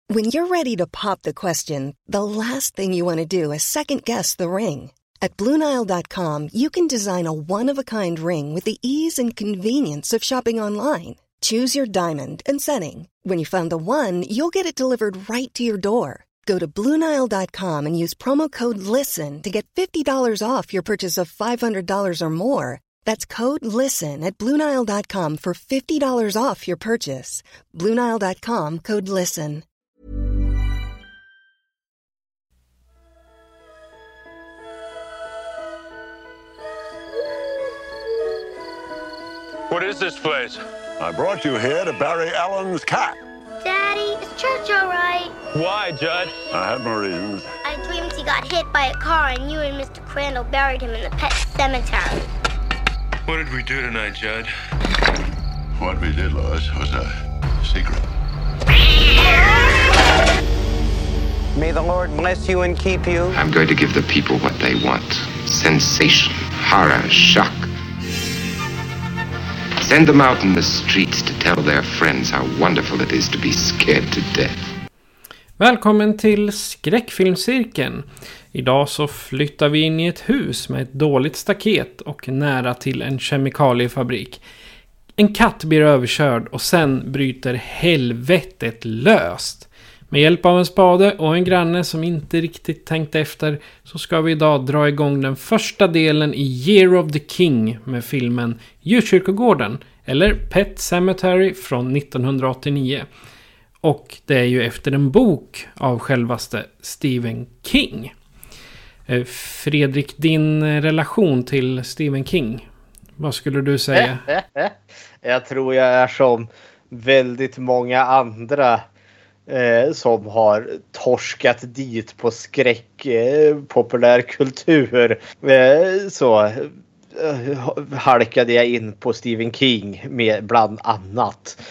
When you're ready to pop the question, the last thing you want to do is second-guess the ring. At BlueNile.com, you can design a one-of-a-kind ring with the ease and convenience of shopping online. Choose your diamond and setting. When you find the one, you'll get it delivered right to your door. Go to BlueNile.com and use promo code LISTEN to get $50 off your purchase of $500 or more. That's code LISTEN at BlueNile.com for $50 off your purchase. BlueNile.com, code LISTEN. What is this place? I brought you here to bury Alan's cat. Daddy, is church all right? Why, Judd? I had my reasons. I dreamed he got hit by a car and you and Mr. Crandall buried him in the pet cemetery. What did we do tonight, Judd? What we did, Lois, was a secret. May the Lord bless you and keep you. I'm going to give the people what they want. Sensation, horror, shock. Send them out in the streets to tell their friends how wonderful it is to be scared to death. Välkommen till Skräckfilmscirkeln. Idag så flyttar vi in i ett hus med ett dåligt staket och nära till en kemikaliefabrik. En katt blir överkörd och sen bryter helvetet löst. Med hjälp av en spade och en granne som inte riktigt tänkt efter så ska vi idag dra igång den första delen i Year of the King med filmen Djurkyrkogården eller Pet Cemetery från 1989. Och det är ju efter en bok av självaste Stephen King. Fredrik, din relation till Stephen King, vad skulle du säga? Jag tror jag är som väldigt många andra som har torskat dit på skräck, populärkultur. Så halkade jag in på Stephen King med bland annat.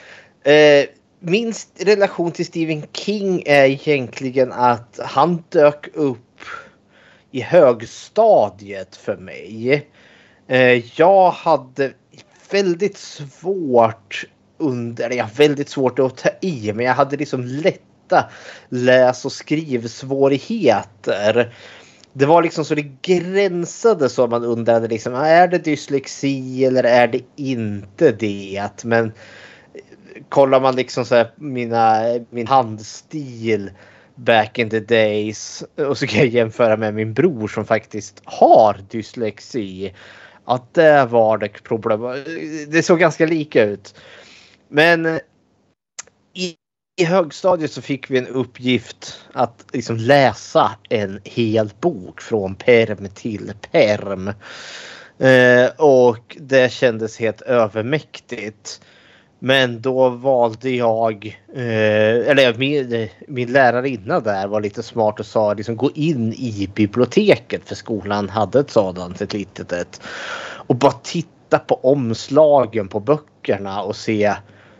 Min relation till Stephen King är egentligen att han dök upp i högstadiet för mig. Jag hade väldigt svårt väldigt svårt att ta i, men jag hade liksom lätta läs- och skrivsvårigheter. Det var liksom så det gränsade så man undrade liksom, är det dyslexi eller är det inte det? Men kollar man liksom så här min handstil back in the days och så kan jag jämföra med min bror som faktiskt har dyslexi, att det var det problem. Det såg ganska lika ut. Men i högstadiet så fick vi en uppgift att liksom läsa en hel bok från perm till perm. Och det kändes helt övermäktigt. Men då valde jag, min lärarinna där var lite smart och sa liksom, gå in i biblioteket, för skolan hade ett sådant, ett litet. Och bara titta på omslagen på böckerna och se,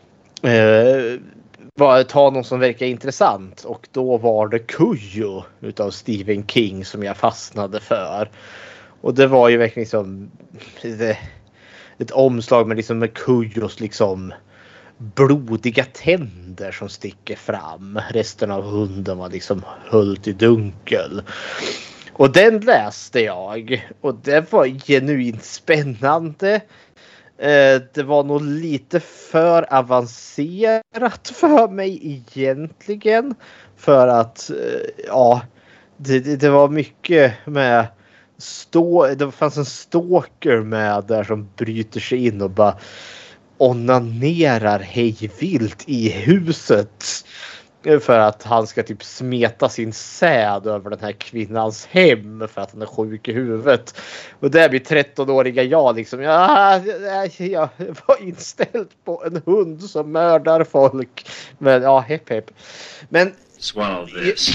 ta någon som verkar intressant. Och då var det Kujo utav Stephen King som jag fastnade för. Och det var ju verkligen som ett omslag med liksom med Kujos liksom blodiga tänder som sticker fram. Resten av hunden var liksom höllt i dunkel. Och den läste jag. Och det var genuint spännande. Det var nog lite för avancerat för mig egentligen. För att det var mycket med det fanns en stalker med där som bryter sig in och bara onanerar hejvilt i huset för att han ska typ smeta sin säd över den här kvinnans hem för att han är sjuk i huvudet. Och där blir 13-åriga jag liksom, jag var inställd på en hund som mördar folk. Men ja, hepp. Men Swallow this.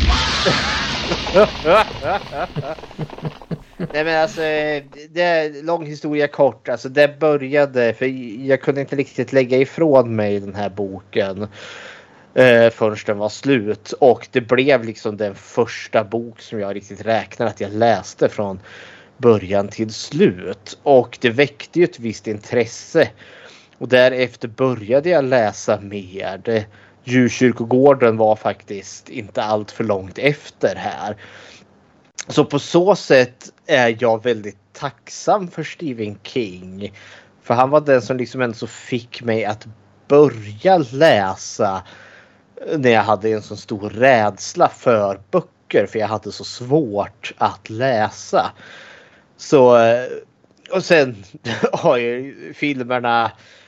Nej, men alltså, det är lång historia kort. Alltså det började, för jag kunde inte riktigt lägga ifrån mig den här boken förrän den var slut. Och det blev liksom den första bok som jag riktigt räknar att jag läste från början till slut. Och det väckte ju ett visst intresse. Och därefter började jag läsa mer. Djurkyrkogården var faktiskt inte allt för långt efter här. Så på så sätt är jag väldigt tacksam för Stephen King. För han var den som liksom ändå så fick mig att börja läsa när jag hade en så stor rädsla för böcker. För jag hade så svårt att läsa. Så, och sen har ju filmerna,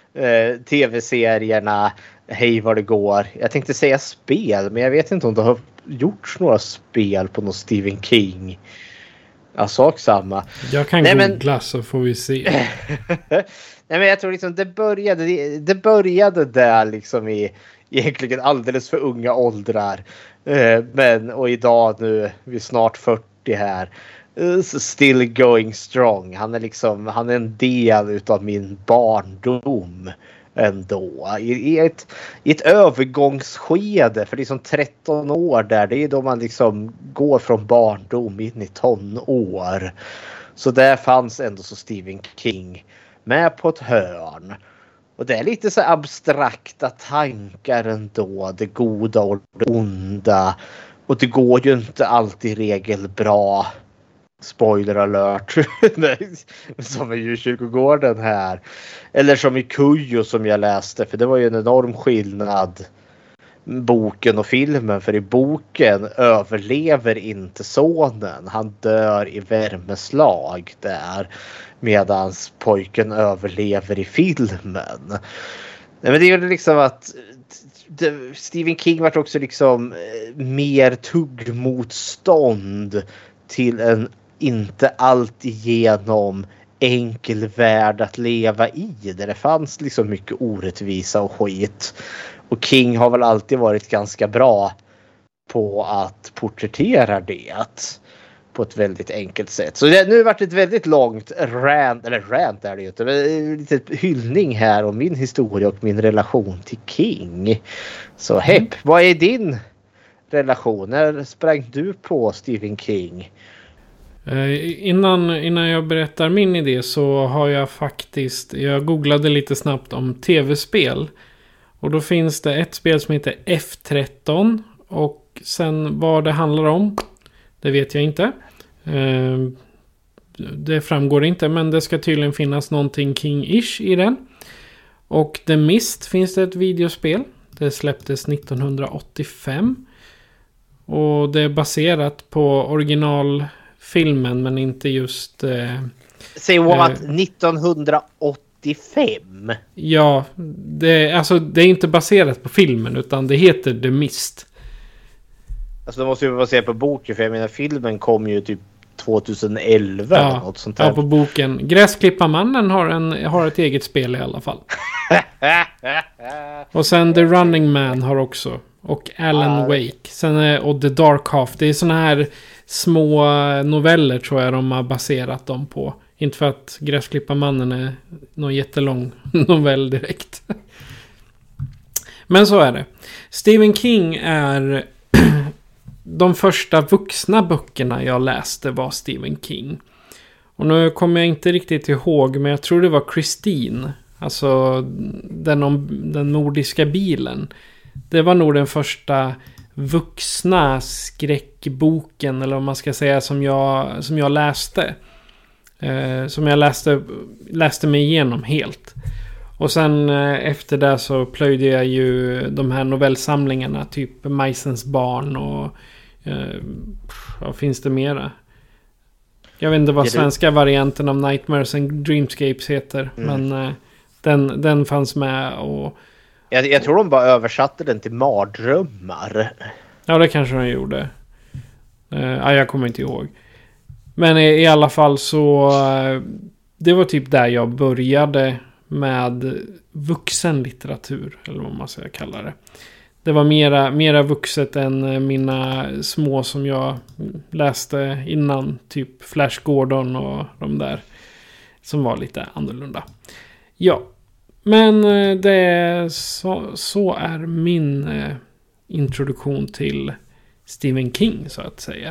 tv-serierna, hej vad det går. Jag tänkte säga spel, men jag vet inte om det har gjorts några spel på någon Stephen King. Ja, sak samma. Jag kan googla så får vi se. Nej, men jag tror liksom det började där liksom i egentligen alldeles för unga åldrar. Men och idag nu, vi är snart 40 här. Still going strong. Han är en del utav min barndom ändå. I ett övergångsskede, för liksom 13 år där, det är då man liksom går från barndom in i tonår. Så där fanns ändå så Stephen King med på ett hörn. Och det är lite så abstrakta tankar ändå, det goda och det onda. Och det går ju inte alltid i regel bra. Spoiler alert. Som i Djurkyrkogården här. Eller som i Kujo som jag läste. För det var ju en enorm skillnad. Boken och filmen. För i boken överlever inte sonen. Han dör i värmeslag där. Medans pojken överlever i filmen. Nej, men det är ju liksom att Stephen King var också liksom mer tuggmotstånd till en inte alltigenom enkel värld att leva i. Där det fanns liksom mycket orättvisa och skit. Och King har väl alltid varit ganska bra på att porträttera det på ett väldigt enkelt sätt. Så det har nu varit ett väldigt långt rant är det ju inte, men lite hyllning här om min historia och min relation till King. Så Hepp, vad är din relation? När sprang du på Stephen King? Innan jag berättar min idé så har jag googlade lite snabbt om tv-spel. Och då finns det ett spel som heter F13. Och sen vad det handlar om, det vet jag inte. Det framgår inte, men det ska tydligen finnas någonting King-ish i den. Och The Mist finns det ett videospel. Det släpptes 1985. Och det är baserat på originalfilmen, men inte just... Säg what? 1985? Ja, det är inte baserat på filmen, utan det heter The Mist. Alltså det måste ju vara baserat på boken, för jag menar filmen kom ju typ 2011 eller något sånt där. Ja, på boken. Gräsklipparmannen har ett eget spel i alla fall. Och sen The Running Man har också. Och Alan Wake. Sen och The Dark Half. Det är såna här små noveller tror jag de har baserat dem på. Inte för att Gräsklipparmannen är någon jättelång novell direkt. Men så är det. Stephen King är... De första vuxna böckerna jag läste var Stephen King. Och nu kommer jag inte riktigt ihåg, men jag tror det var Christine. Alltså den om den nordiska bilen. Det var nog den första vuxna skräckboken, eller vad man ska säga, som jag läste. Som jag läste mig igenom helt. Och sen efter det så plöjde jag ju de här novellsamlingarna, typ Majsens barn och vad finns det mera? Jag vet inte vad svenska varianten av Nightmares and Dreamscapes heter, men den fanns med. Och jag tror de bara översatte den till mardrömmar. Ja, det kanske de gjorde. Jag kommer inte ihåg. Men i alla fall så det var typ där jag började med vuxenlitteratur, eller vad man ska kalla det. Det var mera vuxet än mina små som jag läste innan, typ Flash Gordon och de där som var lite annorlunda. Ja, men det är så är min introduktion till Stephen King, så att säga.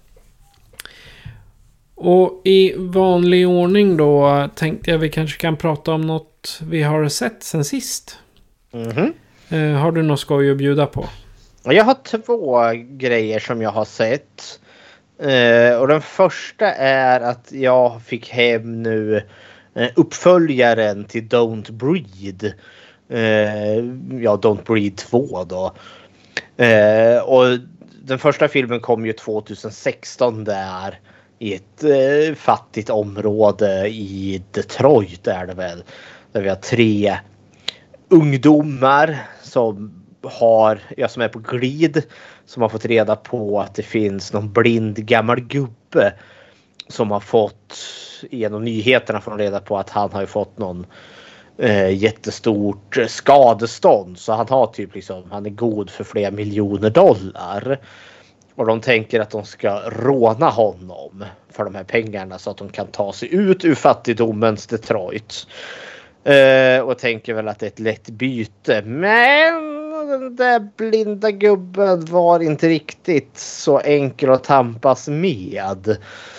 Och i vanlig ordning då tänkte jag vi kanske kan prata om något vi har sett sen sist. Har du något skoj att bjuda på? Jag har 2 grejer som jag har sett. Och den första är att jag fick hem nu uppföljaren till Don't Breathe. Don't Breathe 2 då. Och den första filmen kom ju 2016 där i ett fattigt område i Detroit är det väl. Där vi har 3 ungdomar som är på glid, som har fått reda på att det finns någon blind gammal gubbe som har fått, genom nyheterna får de reda på att han har ju fått någon jättestort skadestånd, så han har typ liksom, han är god för flera miljoner dollar. Och de tänker att de ska råna honom för de här pengarna så att de kan ta sig ut ur fattigdomens Detroit. Och tänker väl att det är ett lätt byte. Men den där blinda gubben var inte riktigt så enkel att tampas med.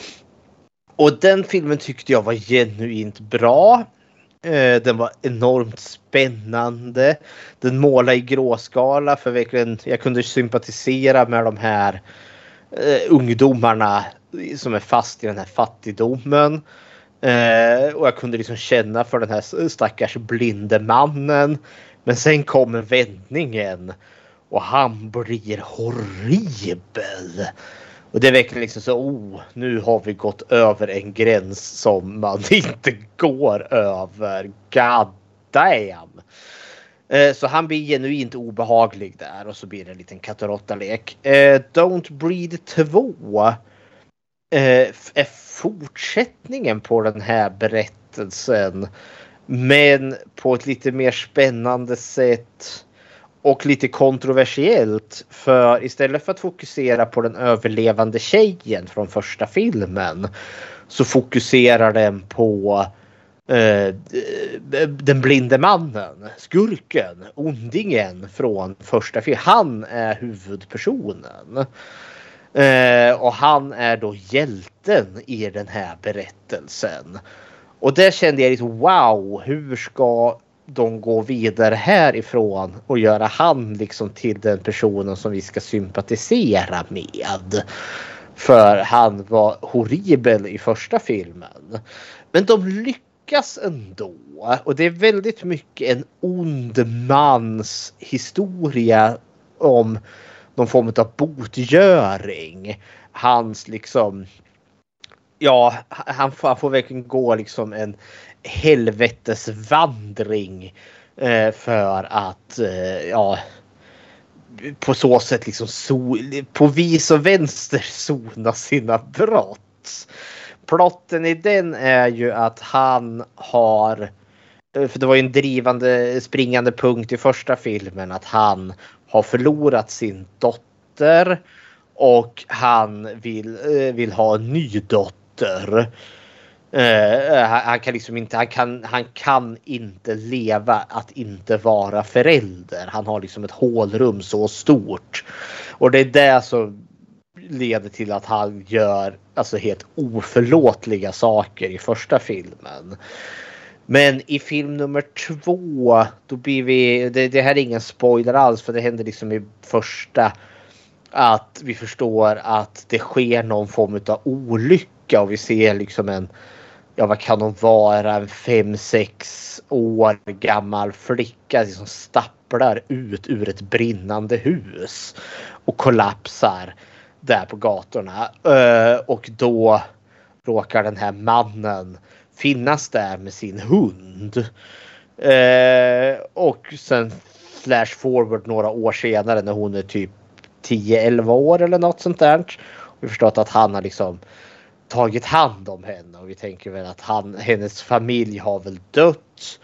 Och den filmen tyckte jag var genuint bra. Den var enormt spännande. Den målade i gråskala, för verkligen jag kunde sympatisera med de här ungdomarna som är fast i den här fattigdomen. Och jag kunde liksom känna för den här stackars blinde mannen. Men sen kommer vändningen och han blir horribel. Och det är verkligen liksom så, nu har vi gått över en gräns som man inte går över. God damn. Så han blir genuint obehaglig där, och så blir det en liten katt och råtta-lek. Don't Breathe 2 är fortsättningen på den här berättelsen, men på ett lite mer spännande sätt och lite kontroversiellt, för istället för att fokusera på den överlevande tjejen från första filmen så fokuserar den på den blinde mannen, skurken, ondingen från första filmen. Han är huvudpersonen. Och han är då hjälten i den här berättelsen. Och där kände jag lite, wow, hur ska de gå vidare härifrån och göra han liksom till den personen som vi ska sympatisera med. För han var horribel i första filmen. Men de lyckas ändå. Och det är väldigt mycket en ond mans historia om någon form av botgöring. Hans liksom, ja, han får verkligen gå liksom en helvetesvandring för att på så sätt liksom på vis och vänster sona sina brott. Plotten i den är ju att han har, för det var ju en drivande springande punkt i första filmen, att han har förlorat sin dotter och han vill ha en ny dotter. Han kan liksom inte, han kan inte leva att inte vara förälder. Han har liksom ett hålrum så stort. Och det är det som leder till att han gör alltså helt oförlåtliga saker i första filmen. Men i film nummer 2 då blir vi, det här är ingen spoiler alls, för det händer liksom i första att vi förstår att det sker någon form av olycka och vi ser liksom en, vad kan de vara, en 5-6 år gammal flicka som stapplar ut ur ett brinnande hus och kollapsar där på gatorna. Och då råkar den här mannen finnas där med sin hund. Och sen flash forward några år senare när hon är typ 10-11 år eller något sånt där. Och vi förstår att han har liksom tagit hand om henne. Och vi tänker väl att hennes familj har väl dött.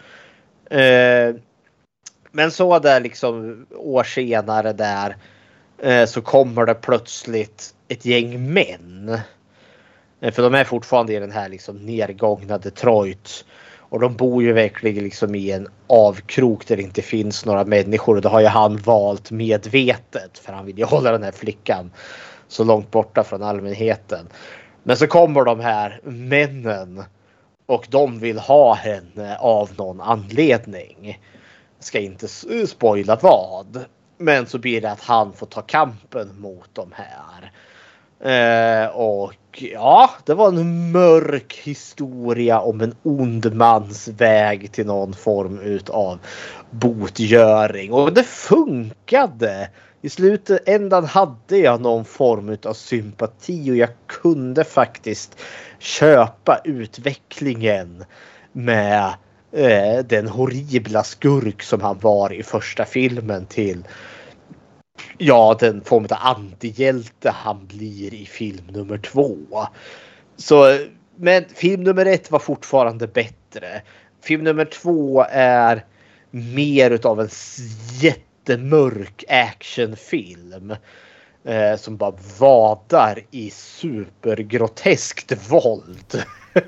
Men så där liksom år senare där så kommer det plötsligt ett gäng män. För de är fortfarande i den här liksom nergångna Detroit. Och de bor ju verkligen liksom i en avkrok där det inte finns några människor. Och det har ju han valt medvetet. För han vill ju hålla den här flickan så långt borta från allmänheten. Men så kommer de här männen. Och de vill ha henne av någon anledning. ska inte spoila vad. Men så blir det att han får ta kampen mot de här. Och ja, det var en mörk historia om en ond mans väg till någon form utav botgöring. Och det funkade. I slutändan hade jag någon form av sympati och jag kunde faktiskt köpa utvecklingen med den horribla skurk som han var i första filmen till den form av antihjälte han blir i film nummer 2. Så, men film nummer 1 var fortfarande bättre. Film nummer 2 är mer utav en jättemörk actionfilm som bara vadar i supergroteskt våld.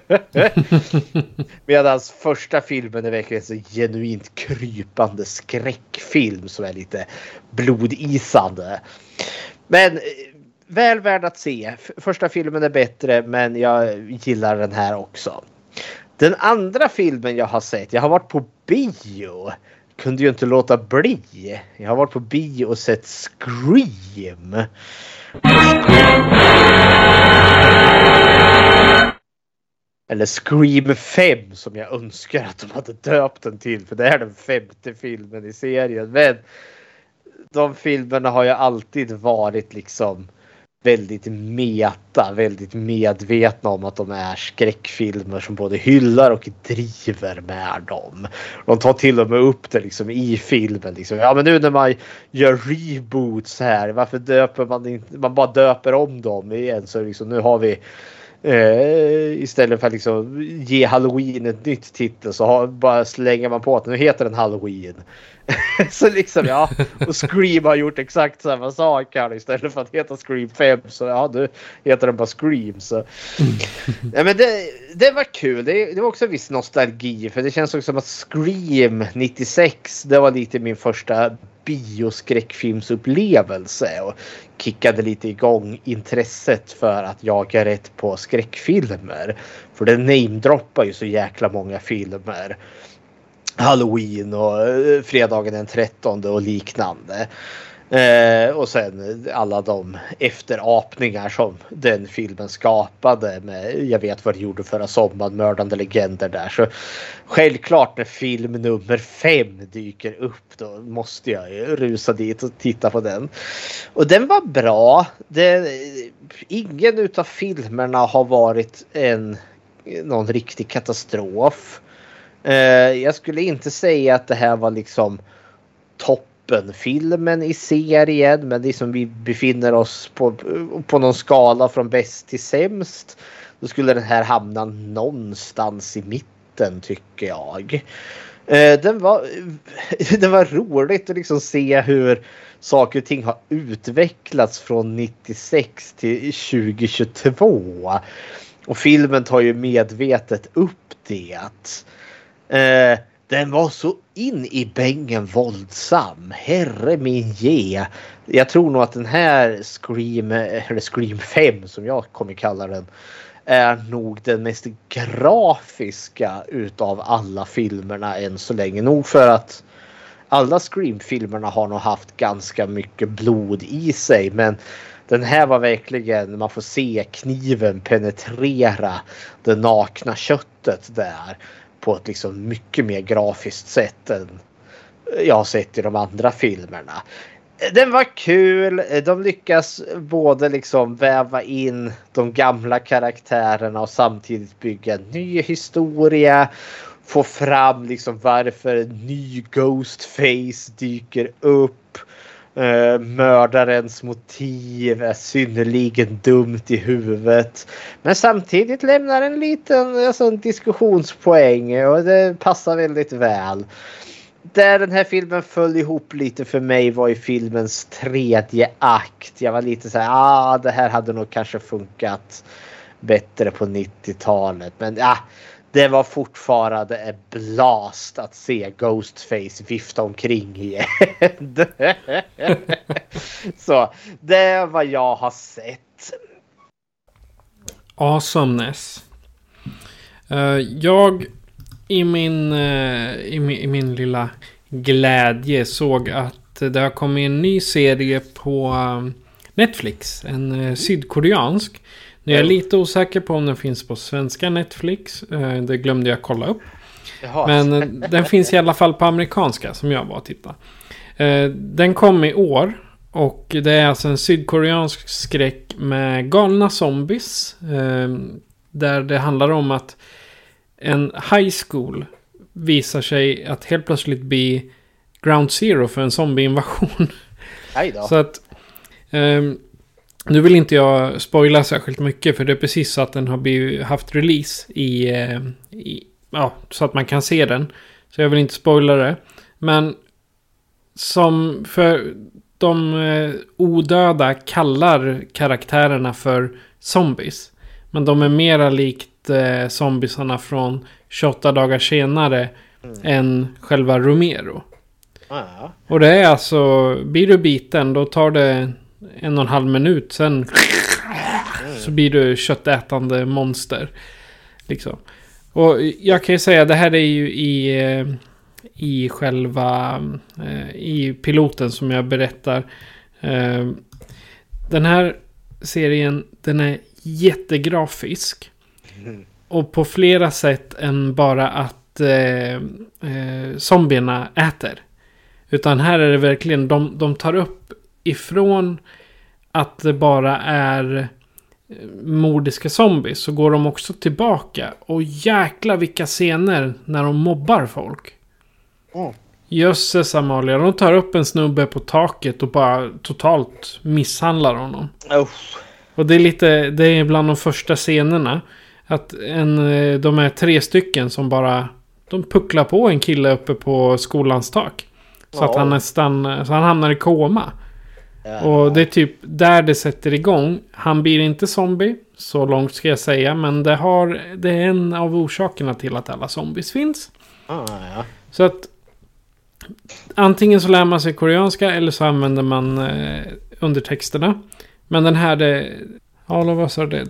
Medan första filmen är verkligen så genuint krypande skräckfilm som är lite blodisande. Men väl värd att se. Första filmen är bättre, men jag gillar den här också. Den andra filmen jag har sett, jag har varit på bio. Kunde ju inte låta bli. Jag har varit på bio och sett Scream. Eller Scream 5 som jag önskar att de hade döpt den till. För det är den 5:e filmen i serien. Men de filmerna har ju alltid varit liksom väldigt väldigt medvetna om att de är skräckfilmer som både hyllar och driver med dem. De tar till och med upp det liksom i filmen. Liksom. Ja, men nu när man gör reboots här, varför döper man inte? Man bara döper om dem igen. Så liksom, nu har vi istället för att liksom ge Halloween ett nytt titel så bara slänger man på att nu heter den Halloween. Så liksom och Scream har gjort exakt samma sak här istället för att heta Scream 5 så nu heter den bara Scream så. Ja, men det var kul. Det var också viss nostalgi för det känns också som att Scream 96 det var lite min första bioskräckfilmsupplevelse och kickade lite igång intresset för att jaga rätt på skräckfilmer. För det namedroppar ju så jäkla många filmer. Halloween och fredagen den 13 och liknande. Och sen alla de efterapningar som den filmen skapade med, jag vet vad det gjorde förra sommaren, mördande legender där. Så självklart när film nummer 5 dyker upp då måste jag rusa dit och titta på den. Och den var bra. Ingen utav filmerna har varit någon riktig katastrof. Jag skulle inte säga att det här var liksom toppenfilmen i serien, men liksom vi befinner oss på någon skala från bäst till sämst, då skulle den här hamna någonstans i mitten tycker jag. Det var roligt att liksom se hur saker och ting har utvecklats från 96 till 2022 och filmen tar ju medvetet upp det. Den var så in i bängen våldsam. Herre min ge. Jag tror nog att den här Scream 5 som jag kommer kalla den är nog den mest grafiska utav alla filmerna än så länge. Nog för att alla Scream-filmerna har nog haft ganska mycket blod i sig, men den här var verkligen, man får se kniven penetrera det nakna köttet där på ett liksom mycket mer grafiskt sätt än jag har sett i de andra filmerna. Den var kul. De lyckas både liksom väva in de gamla karaktärerna och samtidigt bygga en ny historia. Få fram liksom varför en ny Ghostface dyker upp. Mördarens motiv är synnerligen dumt i huvudet, men samtidigt lämnar en liten diskussionspoäng och det passar väldigt väl. Där den här filmen föll ihop lite för mig var i filmens 3:e akt. Jag var lite så här, det här hade nog kanske funkat bättre på 90-talet, men det var fortfarande en blast att se Ghostface vifta omkring igen. Så det är vad jag har sett. Awesomeness. Jag i min lilla glädje såg att det har kommit en ny serie på Netflix. En sydkoreansk. Nu är jag lite osäker på om den finns på svenska Netflix. Det glömde jag kolla upp. Jaha. Men den finns i alla fall på amerikanska som jag var och tittade. Den kom i år. Och det är alltså en sydkoreansk skräck med galna zombies. Där det handlar om att en high school visar sig att helt plötsligt bli ground zero för en zombieinvasion. Så att nu vill inte jag spoila särskilt mycket, för det är precis så att den har haft release så att man kan se den. Så jag vill inte spoila det. Men som för de odöda kallar karaktärerna för zombies. Men de är mera likt zombiesarna från 28 dagar senare än själva Romero. Och det är alltså, blir du biten då tar det 1,5 minut, sen så blir du köttätande monster. Liksom. Och jag kan ju säga, det här är ju i själva i piloten som jag berättar. Den här serien, den är jättegrafisk. Och på flera sätt än bara att zombierna äter. Utan här är det verkligen, de tar upp ifrån att det bara är mordiska zombies, så går de också tillbaka. Och jäkla vilka scener när de mobbar folk. Jösses Amalia, de tar upp en snubbe på taket och bara totalt misshandlar honom. Och det är bland de första scenerna. Att de är 3 stycken som bara, de pucklar på en kille uppe på skolans tak. Så att han hamnar i koma. Och det är typ där det sätter igång. Han blir inte zombie, så långt ska jag säga. Men det är en av orsakerna till att alla zombies finns. Så att antingen så lär man sig koreanska eller så använder man undertexterna. Men den här är All of Us Are Dead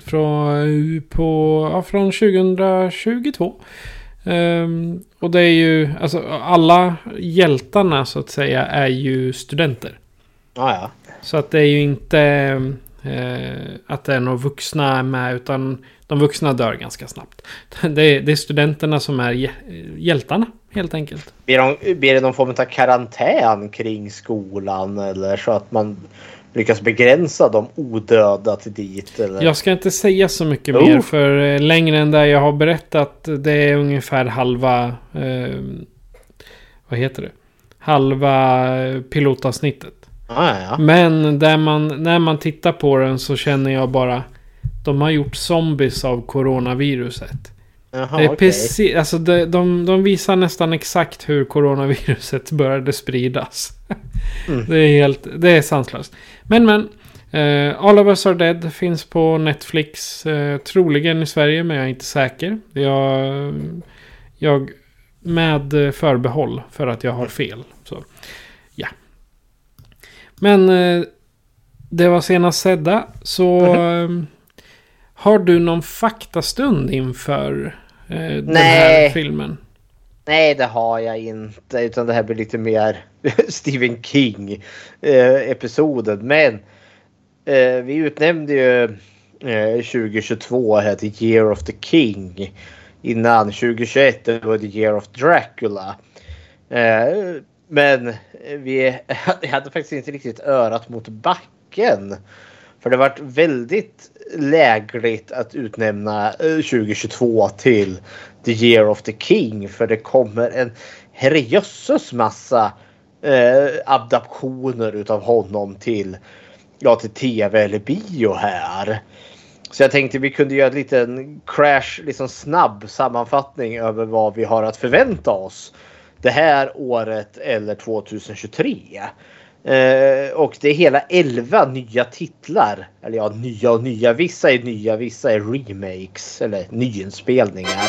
från 2022. Och det är ju, alltså alla hjältarna så att säga är ju studenter. Så att det är ju inte att det är några vuxna med, utan de vuxna dör ganska snabbt. Det är studenterna som är hjältarna helt enkelt. Blir det någon form av karantän kring skolan, eller så att man lyckas begränsa de odöda till dit? Eller? Jag ska inte säga så mycket mer, för längre än där jag har berättat, det är ungefär halva halva pilotavsnittet. Men när man tittar på den så känner jag bara, de har gjort zombies av coronaviruset. Jaha, det är precis, alltså de visar nästan exakt hur coronaviruset började spridas. Det är sanslöst. Men All of Us Are Dead finns på Netflix, troligen i Sverige, men jag är inte säker. Jag med förbehåll för att jag har fel. Så ja. Men det var senast sedda. Så har du någon faktastund inför den här filmen? Nej, det har jag inte. Utan det här blir lite mer Stephen King episoden. Men vi utnämnde ju 2022 här till Year of the King. Innan 2021 det var the Year of Dracula. Men vi hade faktiskt inte riktigt örat mot backen. För det varit väldigt lägligt att utnämna 2022 till the Year of the King. För det kommer en herrejösses massa adaptioner utav honom till tv eller bio här. Så jag tänkte vi kunde göra en liten crash, liksom snabb sammanfattning över vad vi har att förvänta oss det här året eller 2023. Och det är hela 11 nya titlar. Eller ja, nya och nya. Vissa är nya, vissa är remakes eller nyinspelningar.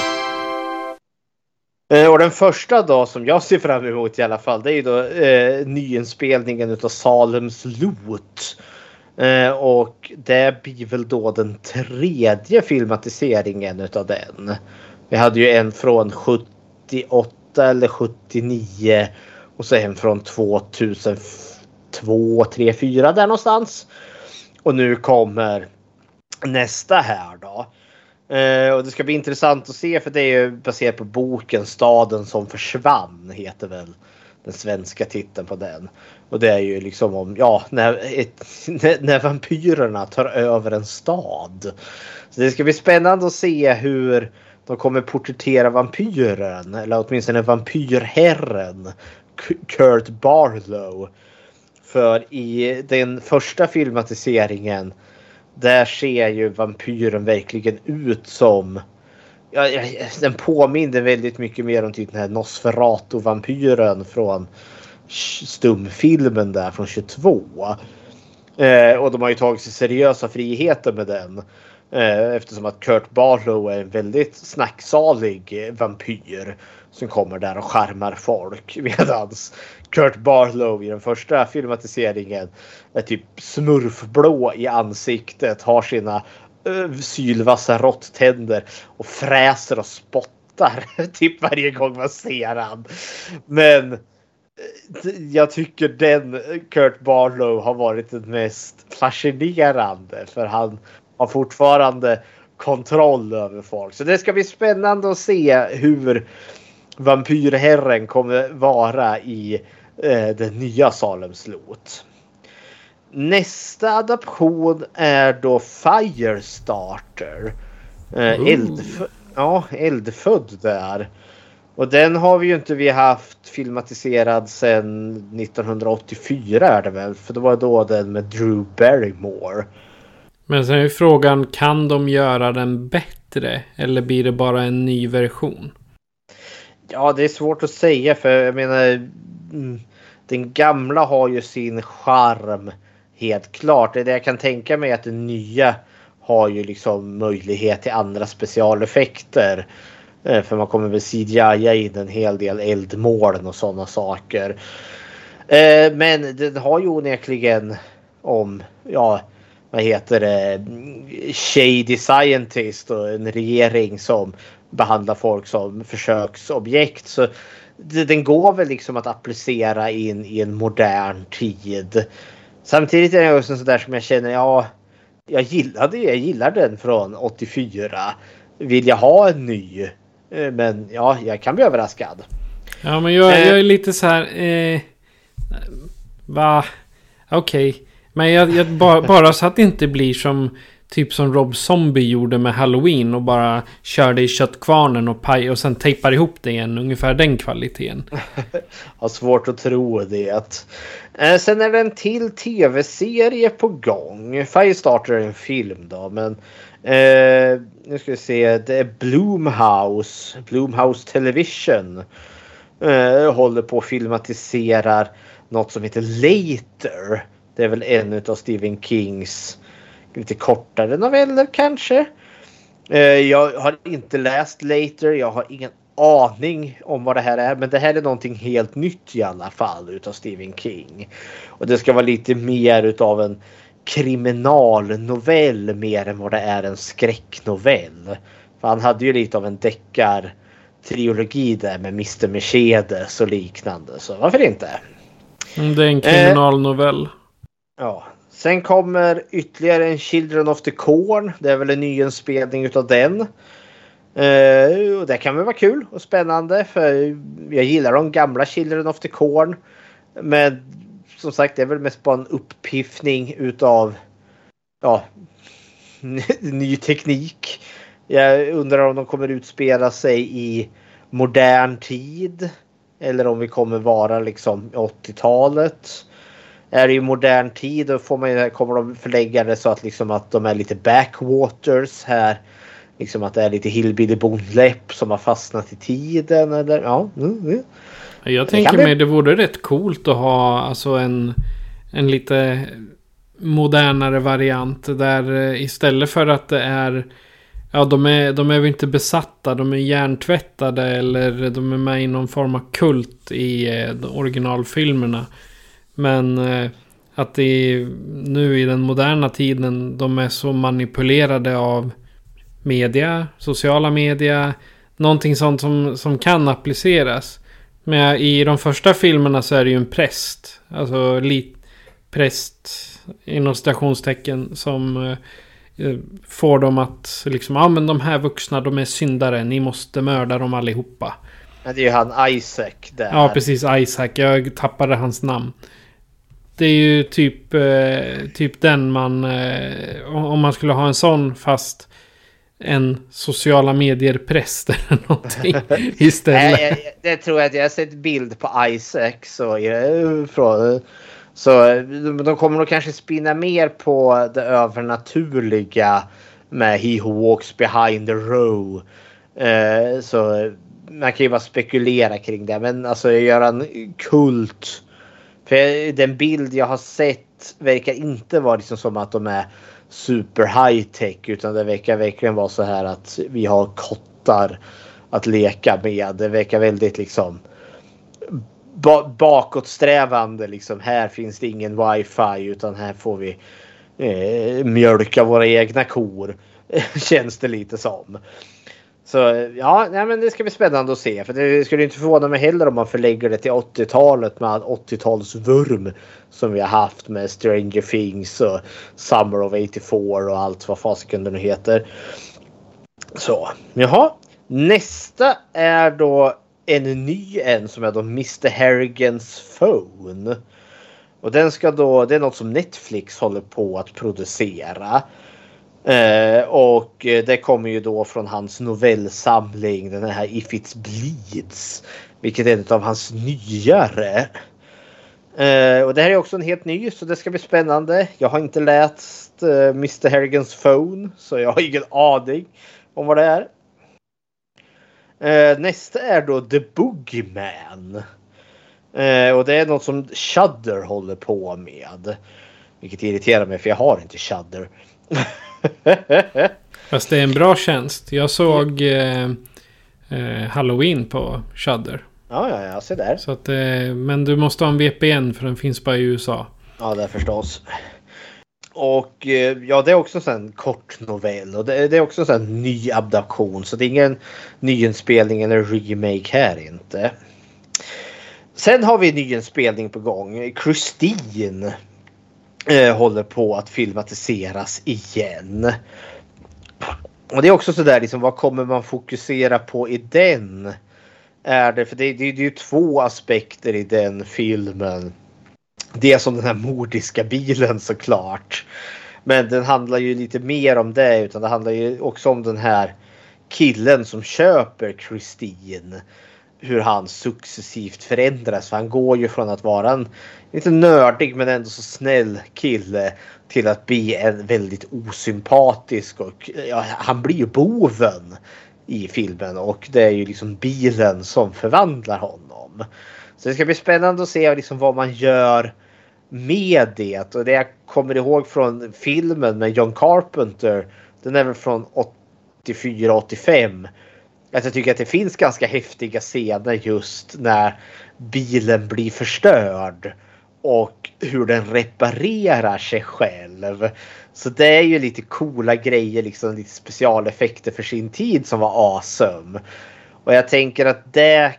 Och den första då som jag ser fram emot i alla fall, det är ju då nyinspelningen utav Salems Lot. Och det blir väl då den 3:e filmatiseringen utav den. Vi hade ju en från 78 eller 79 Och så en från 2002, 3, 4 där någonstans. Och nu kommer nästa här då. Och det ska bli intressant att se, för det är ju baserat på boken Staden som försvann, heter väl den svenska titeln på den. Och det är ju liksom om, när vampyrerna tar över en stad. Så det ska bli spännande att se hur de kommer porträttera vampyren, eller åtminstone vampyrherren Kurt Barlow. För i den första filmatiseringen, där ser ju vampyren verkligen ut som... den påminner väldigt mycket mer om typ den här Nosferatu-vampyren från stumfilmen där från 22. Och de har ju tagit sig seriösa friheter med den. Eftersom att Kurt Barlow är en väldigt snacksalig vampyr som kommer där och charmar folk. Medans Kurt Barlow i den första filmatiseringen är typ smurfblå i ansiktet, har sina sylvassa råttänder och fräser och spottar typ varje gång man ser han. Men jag tycker den Kurt Barlow har varit den mest fascinerande, för han har fortfarande kontroll över folk. Så det ska bli spännande att se hur vampyrherren kommer vara i den nya Salems lot. Nästa adaption är då Firestarter. Eldfödd där. Och den har vi ju inte haft filmatiserad sedan 1984 är det väl. För det var då den med Drew Barrymore. Men sen är frågan, kan de göra den bättre? Eller blir det bara en ny version? Ja, det är svårt att säga, för jag menar, den gamla har ju sin charm helt klart. Det jag kan tänka mig att den nya har ju liksom möjlighet till andra specialeffekter. För man kommer väl CGI in en hel del eldmoln och sådana saker. Men den har ju onekligen shady scientist och en regering som behandlar folk som försöksobjekt. Så den går väl liksom att applicera in i en modern tid. Samtidigt är det också sådär som jag känner, jag gillar den från 84. Vill jag ha en ny? Men jag kan bli överraskad. Ja, men jag är lite så här. Okej. Men jag bara så att det inte blir som typ som Rob Zombie gjorde med Halloween och bara körde i köttkvarnen och sen tejpar ihop det igen, ungefär den kvaliteten. Har svårt att tro det. Sen är det en till tv-serie på gång. Firestarter är en film då, men nu ska vi se, det är Blumhouse Television håller på att filmatisera något som heter Later. Det är väl en av Stephen Kings lite kortare noveller kanske. Jag har inte läst Later. Jag har ingen aning om vad det här är. Men det här är någonting helt nytt i alla fall utav Stephen King. Och det ska vara lite mer utav en kriminalnovell mer än vad det är en skräcknovell. För han hade ju lite av en deckar-trilogi där med Mr. Mercedes och liknande. Så varför inte? Det är en kriminalnovell. Ja. Sen kommer ytterligare en Children of the Corn. Det är väl en nyinspelning utav den. Och det kan väl vara kul och spännande. För jag gillar de gamla Children of the Corn. Men som sagt, det är väl mest bara en upppiffning utav ny teknik. Jag undrar om de kommer utspela sig i modern tid. Eller om vi kommer vara liksom 80-talet. Är det i modern tid, då kommer de förlägga det så att, liksom att de är lite backwaters här. Liksom att det är lite hillbilly bondläpp som har fastnat i tiden. Eller, Jag tänker mig det vore rätt coolt att ha alltså en lite modernare variant. Där istället för att det är... de är väl inte besatta, de är hjärntvättade eller de är med i någon form av kult i originalfilmerna. Men att nu i den moderna tiden de är så manipulerade av media, sociala media, någonting sånt som kan appliceras. Men i de första filmerna så är det ju en präst. Alltså präst inom citationstecken som får dem att liksom, ja men de här vuxna, de är syndare. Ni måste mörda dem allihopa. Ja, det är ju han Isaac där. Ja, precis, Isaac. Jag tappade hans namn. Det är ju typ den man... om man skulle ha en sån fast en sociala medier-präst eller någonting istället. Nej, det tror jag att jag har sett bild på Isaac. Så de kommer nog kanske spinna mer på det övernaturliga med He Who Walks Behind the Row. Så man kan ju bara spekulera kring det. Men alltså göra en kult. För den bild jag har sett verkar inte vara liksom som att de är super high tech. Utan det verkar verkligen vara så här att vi har kottar att leka med. Det verkar väldigt liksom bakåtsträvande. Liksom. Här finns det ingen wifi utan här får vi mjölka våra egna kor. Känns det lite som. Så ja, nej, men det ska bli spännande att se. För det skulle inte förvåna mig heller om man förlägger det till 80-talet med 80-talsvurm som vi har haft med Stranger Things och Summer of 84 och allt vad fasiken nu heter. Så, jaha. Nästa är då en ny som är då Mr. Harrigans Phone. Och den ska då, det är något som Netflix håller på att producera. Och det kommer ju då från hans novellsamling, den här If It Bleeds, vilket är en av hans nyare. Och det här är också en helt ny, så det ska bli spännande. Jag har inte läst Mr. Harrigans Phone, så jag har ingen aning om vad det är. Nästa är då The Boogeyman. Och det är något som Shudder håller på med. Vilket irriterar mig för jag har inte Shudder. Fast det är en bra tjänst. Jag såg Halloween på Shudder. Ja, jag ser där. Så att, men du måste ha en VPN för den finns bara i USA. Ja, det förstås. Och ja, det är också en kort novell. Och det är också en ny adaption. Så det är ingen nyinspelning eller remake här inte. Sen har vi en nyinspelning på gång. Christine håller på att filmatiseras igen. Och det är också sådär liksom, vad kommer man fokusera på i den? För det är ju två aspekter i den filmen. Det är som den här mordiska bilen såklart. Men den handlar ju lite mer om det, utan det handlar ju också om den här killen som köper Christine. Hur han successivt förändras. För han går ju från att vara en lite nördig men ändå så snäll kille till att bli en väldigt osympatisk. Och ja, han blir ju boven i filmen. Och det är ju liksom bilen som förvandlar honom. Så det ska bli spännande att se liksom vad man gör med det. Och det jag kommer ihåg från filmen med John Carpenter. Den är väl från 84-85. Att jag tycker att det finns ganska häftiga scener just när bilen blir förstörd och hur den reparerar sig själv. Så det är ju lite coola grejer, liksom lite specialeffekter för sin tid som var awesome. Och jag tänker att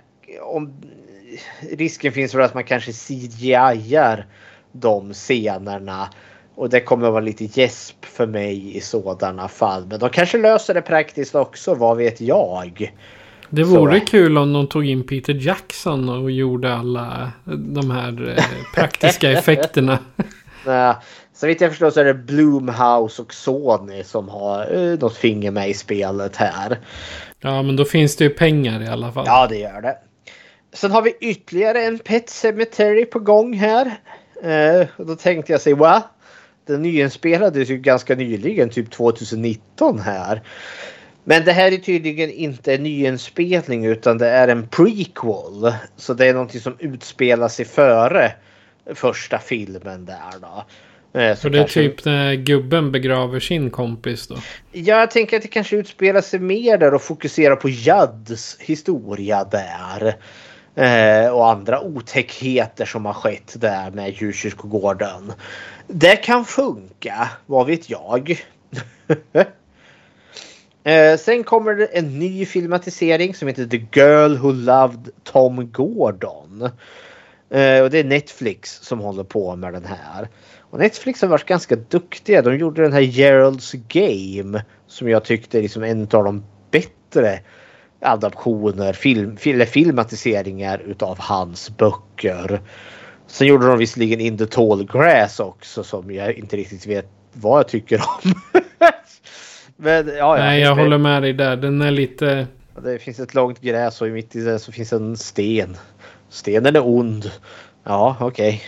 risken finns för att man kanske CGI-ar de scenerna. Och det kommer att vara lite gäsp för mig i sådana fall. Men de kanske löser det praktiskt också, vad vet jag. Det vore kul om de tog in Peter Jackson och gjorde alla de här praktiska effekterna. Nej, så vitt jag förstår så är det Blumhouse och Sony som har något finger med i spelet här. Ja, men då finns det ju pengar i alla fall. Ja, det gör det. Sen har vi ytterligare en Pet Sematary på gång här. Och då tänkte jag säga, va? Den nyinspelades ju ganska nyligen, typ 2019 här. Men det här är tydligen inte en nyinspelning utan det är en prequel. Så det är någonting som utspelar sig före första filmen där då. Så det är typ när gubben begraver sin kompis då? Ja, jag tänker att det kanske utspelar sig mer där och fokuserar på Judds historia där. Och andra otäckheter som har skett där med djurkyrkogården. Det kan funka, vad vet jag. Sen kommer det en ny filmatisering som heter The Girl Who Loved Tom Gordon. Och det är Netflix som håller på med den här. Och Netflix har varit ganska duktiga. De gjorde den här Gerald's Game som jag tyckte är liksom en av de bättre adaptioner, filmatiseringar utav hans böcker. Sen gjorde de visserligen In the Tall Grass också som jag inte riktigt vet vad jag tycker om. Men, nej, jag håller med dig där. Den är lite... Det finns ett långt gräs och mitt i det så finns en sten. Stenen är ond. Ja, okej.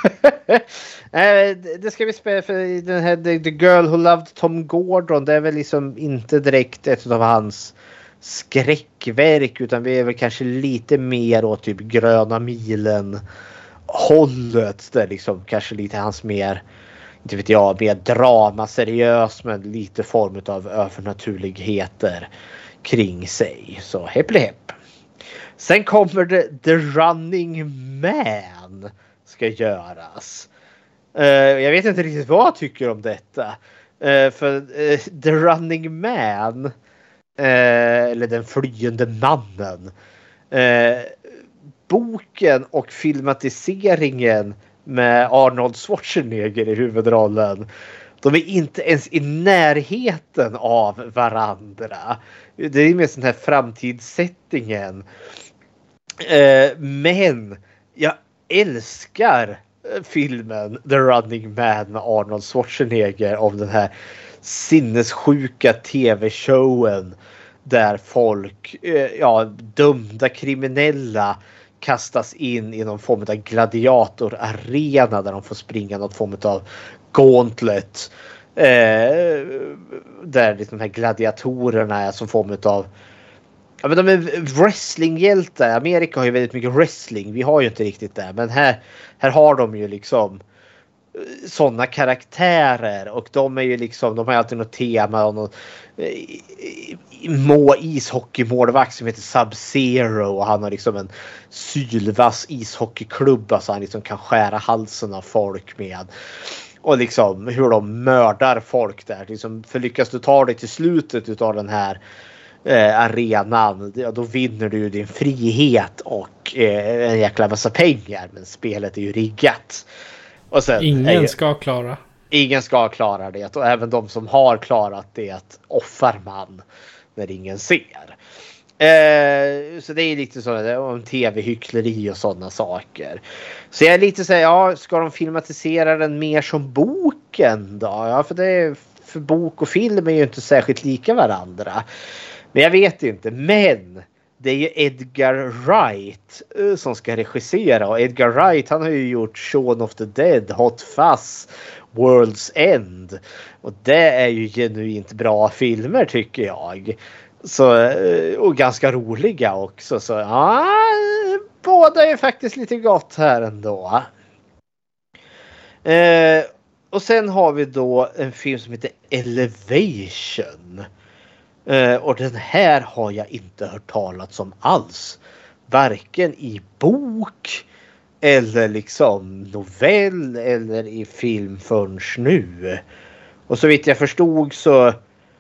Det ska vi spela för den här The Girl Who Loved Tom Gordon. Det är väl liksom inte direkt ett av hans skräckverk, utan vi är väl kanske lite mer åt typ Gröna milen hållet. Det är liksom kanske lite hans mer, inte vet jag, mer drama, seriös, men lite form av övernaturligheter kring sig. Så hepp. Sen kommer det The Running Man ska göras. Jag vet inte riktigt vad jag tycker om detta. För The Running Man, eller Den flyende mannen, boken och filmatiseringen med Arnold Schwarzenegger i huvudrollen, de är inte ens i närheten av varandra. Det är med sån här framtidssättningen. Men jag älskar filmen The Running Man med Arnold Schwarzenegger om den här sinnessjuka tv-showen där folk, dömda kriminella kastas in i någon form av gladiatorarena där de får springa någon form av gauntlet. Där liksom de här gladiatorerna är som form av, ja, men de är wrestlinghjältar. Amerika har ju väldigt mycket wrestling. Vi har ju inte riktigt det. Men här har de ju liksom sådana karaktärer. Och de är ju liksom, de har alltid något tema och någon ishockeymålvakt som heter Sub-Zero. Och han har liksom en sylvass ishockeyklubba så han liksom kan skära halsen av folk med. Och liksom hur de mördar folk där. Liksom, för lyckas du ta dig till slutet av den här arenan, då vinner du din frihet och en jäkla massa pengar. Men spelet är ju riggat. Och sen, ingen ska klara det. Och även de som har klarat det offar man när ingen ser. Så det är lite så om tv-hyckleri och sådana saker. Så jag är lite så här, ska de filmatisera den mer som boken då? Ja, för bok och film är ju inte särskilt lika varandra. Men jag vet inte. Men det är ju Edgar Wright som ska regissera. Och Edgar Wright, han har ju gjort Shaun of the Dead, Hot Fuzz, World's End. Och det är ju genuint bra filmer tycker jag. Så, och ganska roliga också. Så båda är faktiskt lite gott här ändå. Och sen har vi då en film som heter Elevation. Och den här har jag inte hört talas om alls. Varken i bok eller liksom novell eller i film förrän nu. Och så vitt jag förstod så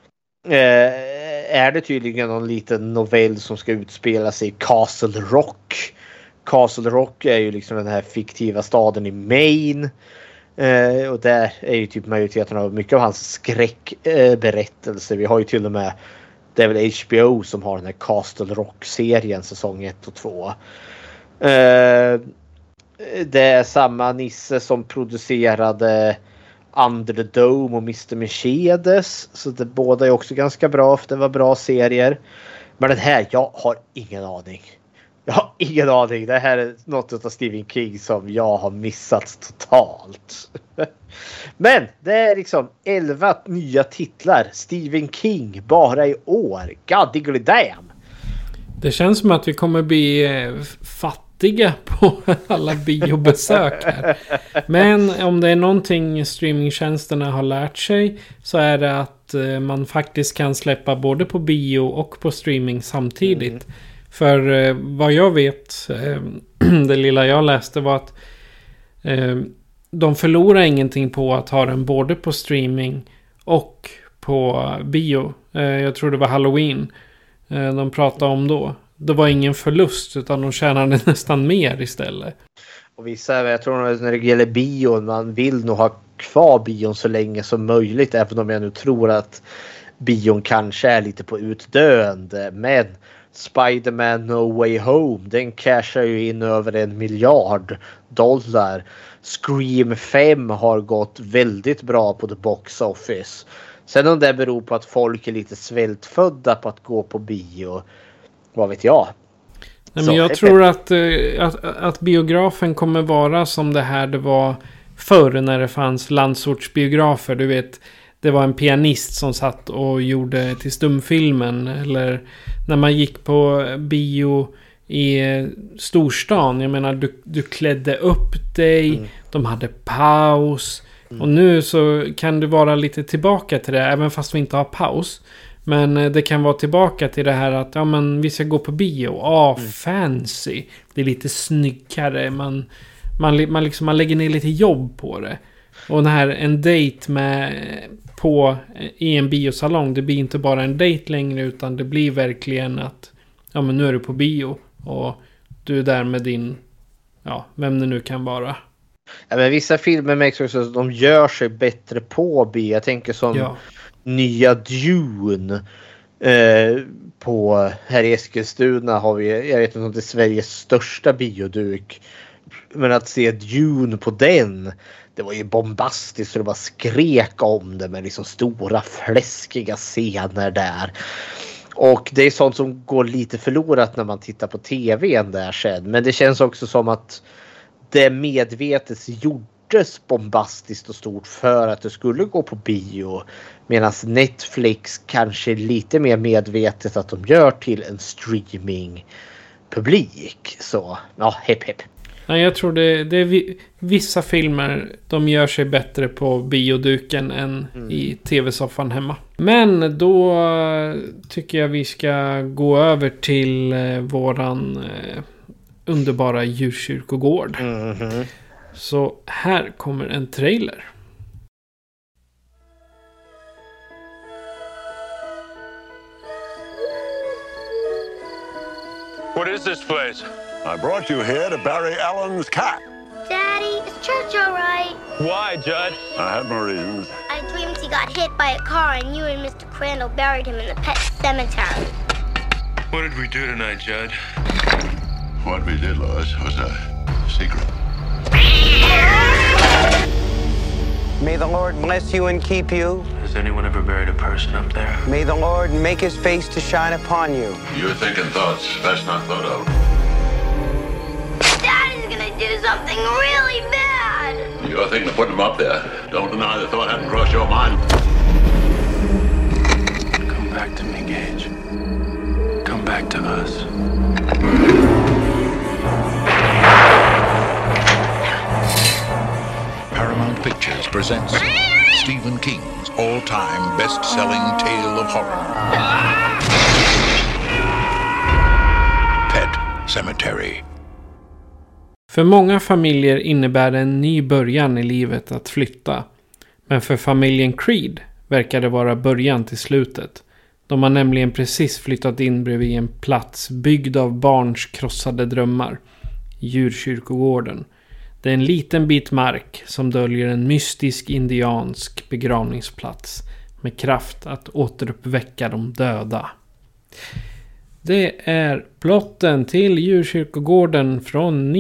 är det tydligen någon liten novell som ska utspela sig i Castle Rock. Castle Rock är ju liksom den här fiktiva staden i Maine. Och där är ju typ majoriteten av mycket av hans skräckberättelser. Vi har ju till och med, det är väl HBO som har den här Castle Rock-serien säsong 1 och 2. Det är samma nisse som producerade Under the Dome och Mr. Mercedes. Så det båda är också ganska bra, för det var bra serier. Men den här, jag har ingen aning. Det här är något av Stephen King som jag har missat totalt. Men det är liksom 11 nya titlar. Stephen King bara i år. God diggly damn. Det känns som att vi kommer bli fattiga på alla biobesök här. Men om det är någonting streamingtjänsterna har lärt sig så är det att man faktiskt kan släppa både på bio och på streaming samtidigt. För vad jag vet, det lilla jag läste var att de förlorar ingenting på att ha den både på streaming och på bio. Jag tror det var Halloween. De pratade om då. Det var ingen förlust utan de tjänade nästan mer istället. Och vissa, jag tror när det gäller bion, man vill nog ha kvar bion så länge som möjligt. Även om jag nu tror att bion kanske är lite på utdöende. Men Spider-Man No Way Home, den cashar ju in över $1 miljard. Scream 5 har gått väldigt bra på the box office. Sen om det beror på att folk är lite svältfödda på att gå på bio, vad vet jag. Nej, men jag tror att biografen kommer vara som det här det var förr när det fanns landsortsbiografer. Du vet, det var en pianist som satt och gjorde till stumfilmen. Eller när man gick på bio i storstan. Jag menar, du klädde upp dig. De hade paus. Och nu så kan det vara lite tillbaka till det. Även fast vi inte har paus. Men det kan vara tillbaka till det här att men vi ska gå på bio. Fancy. Det är lite snyggare. Man lägger ner lite jobb på det. Och den här en date i en biosalong. Det blir inte bara en date längre utan det blir verkligen att men nu är du på bio. Och du är där med din vem det nu kan vara. Ja, men vissa filmer märks också att de gör sig bättre på bio. Jag tänker som nya Dune. Här i Eskilstuna har vi, jag vet inte om det är Sveriges största bioduk. Men att se Dune på den, det var ju bombastiskt så det bara skrek om det med liksom stora fläskiga scener där. Och det är sånt som går lite förlorat när man tittar på tvn där sen. Men det känns också som att det medvetet gjordes bombastiskt och stort för att det skulle gå på bio. Medan Netflix kanske är lite mer medvetet att de gör till en streamingpublik. Så, hepp hepp. Nej, jag tror det är vissa filmer de gör sig bättre på bioduken än i tv-soffan hemma. Men då tycker jag vi ska gå över till våran underbara djurkyrkogård. Så här kommer en trailer. What is this place? I brought you here to bury Alan's cat. Daddy, is church all right? Why, Judd? I had my reasons. I dreamed he got hit by a car and you and Mr. Crandall buried him in the pet cemetery. What did we do tonight, Judd? What we did, Lois, was a secret. May the Lord bless you and keep you. Has anyone ever buried a person up there? May the Lord make his face to shine upon you. You're thinking thoughts best not thought of. Daddy's gonna do something really bad. You're thinking of putting him up there. Don't deny the thought hadn't crossed your mind. Come back to me, Gage. Come back to us. Paramount Pictures presents Stephen King's all-time best-selling tale of horror. Pet Cemetery. För många familjer innebär det en ny början i livet att flytta. Men för familjen Creed verkar det vara början till slutet. De har nämligen precis flyttat in bredvid en plats byggd av barns krossade drömmar. Djurkyrkogården. Det är en liten bit mark som döljer en mystisk indiansk begravningsplats med kraft att återuppväcka de döda. Det är plotten till Djurkyrkogården från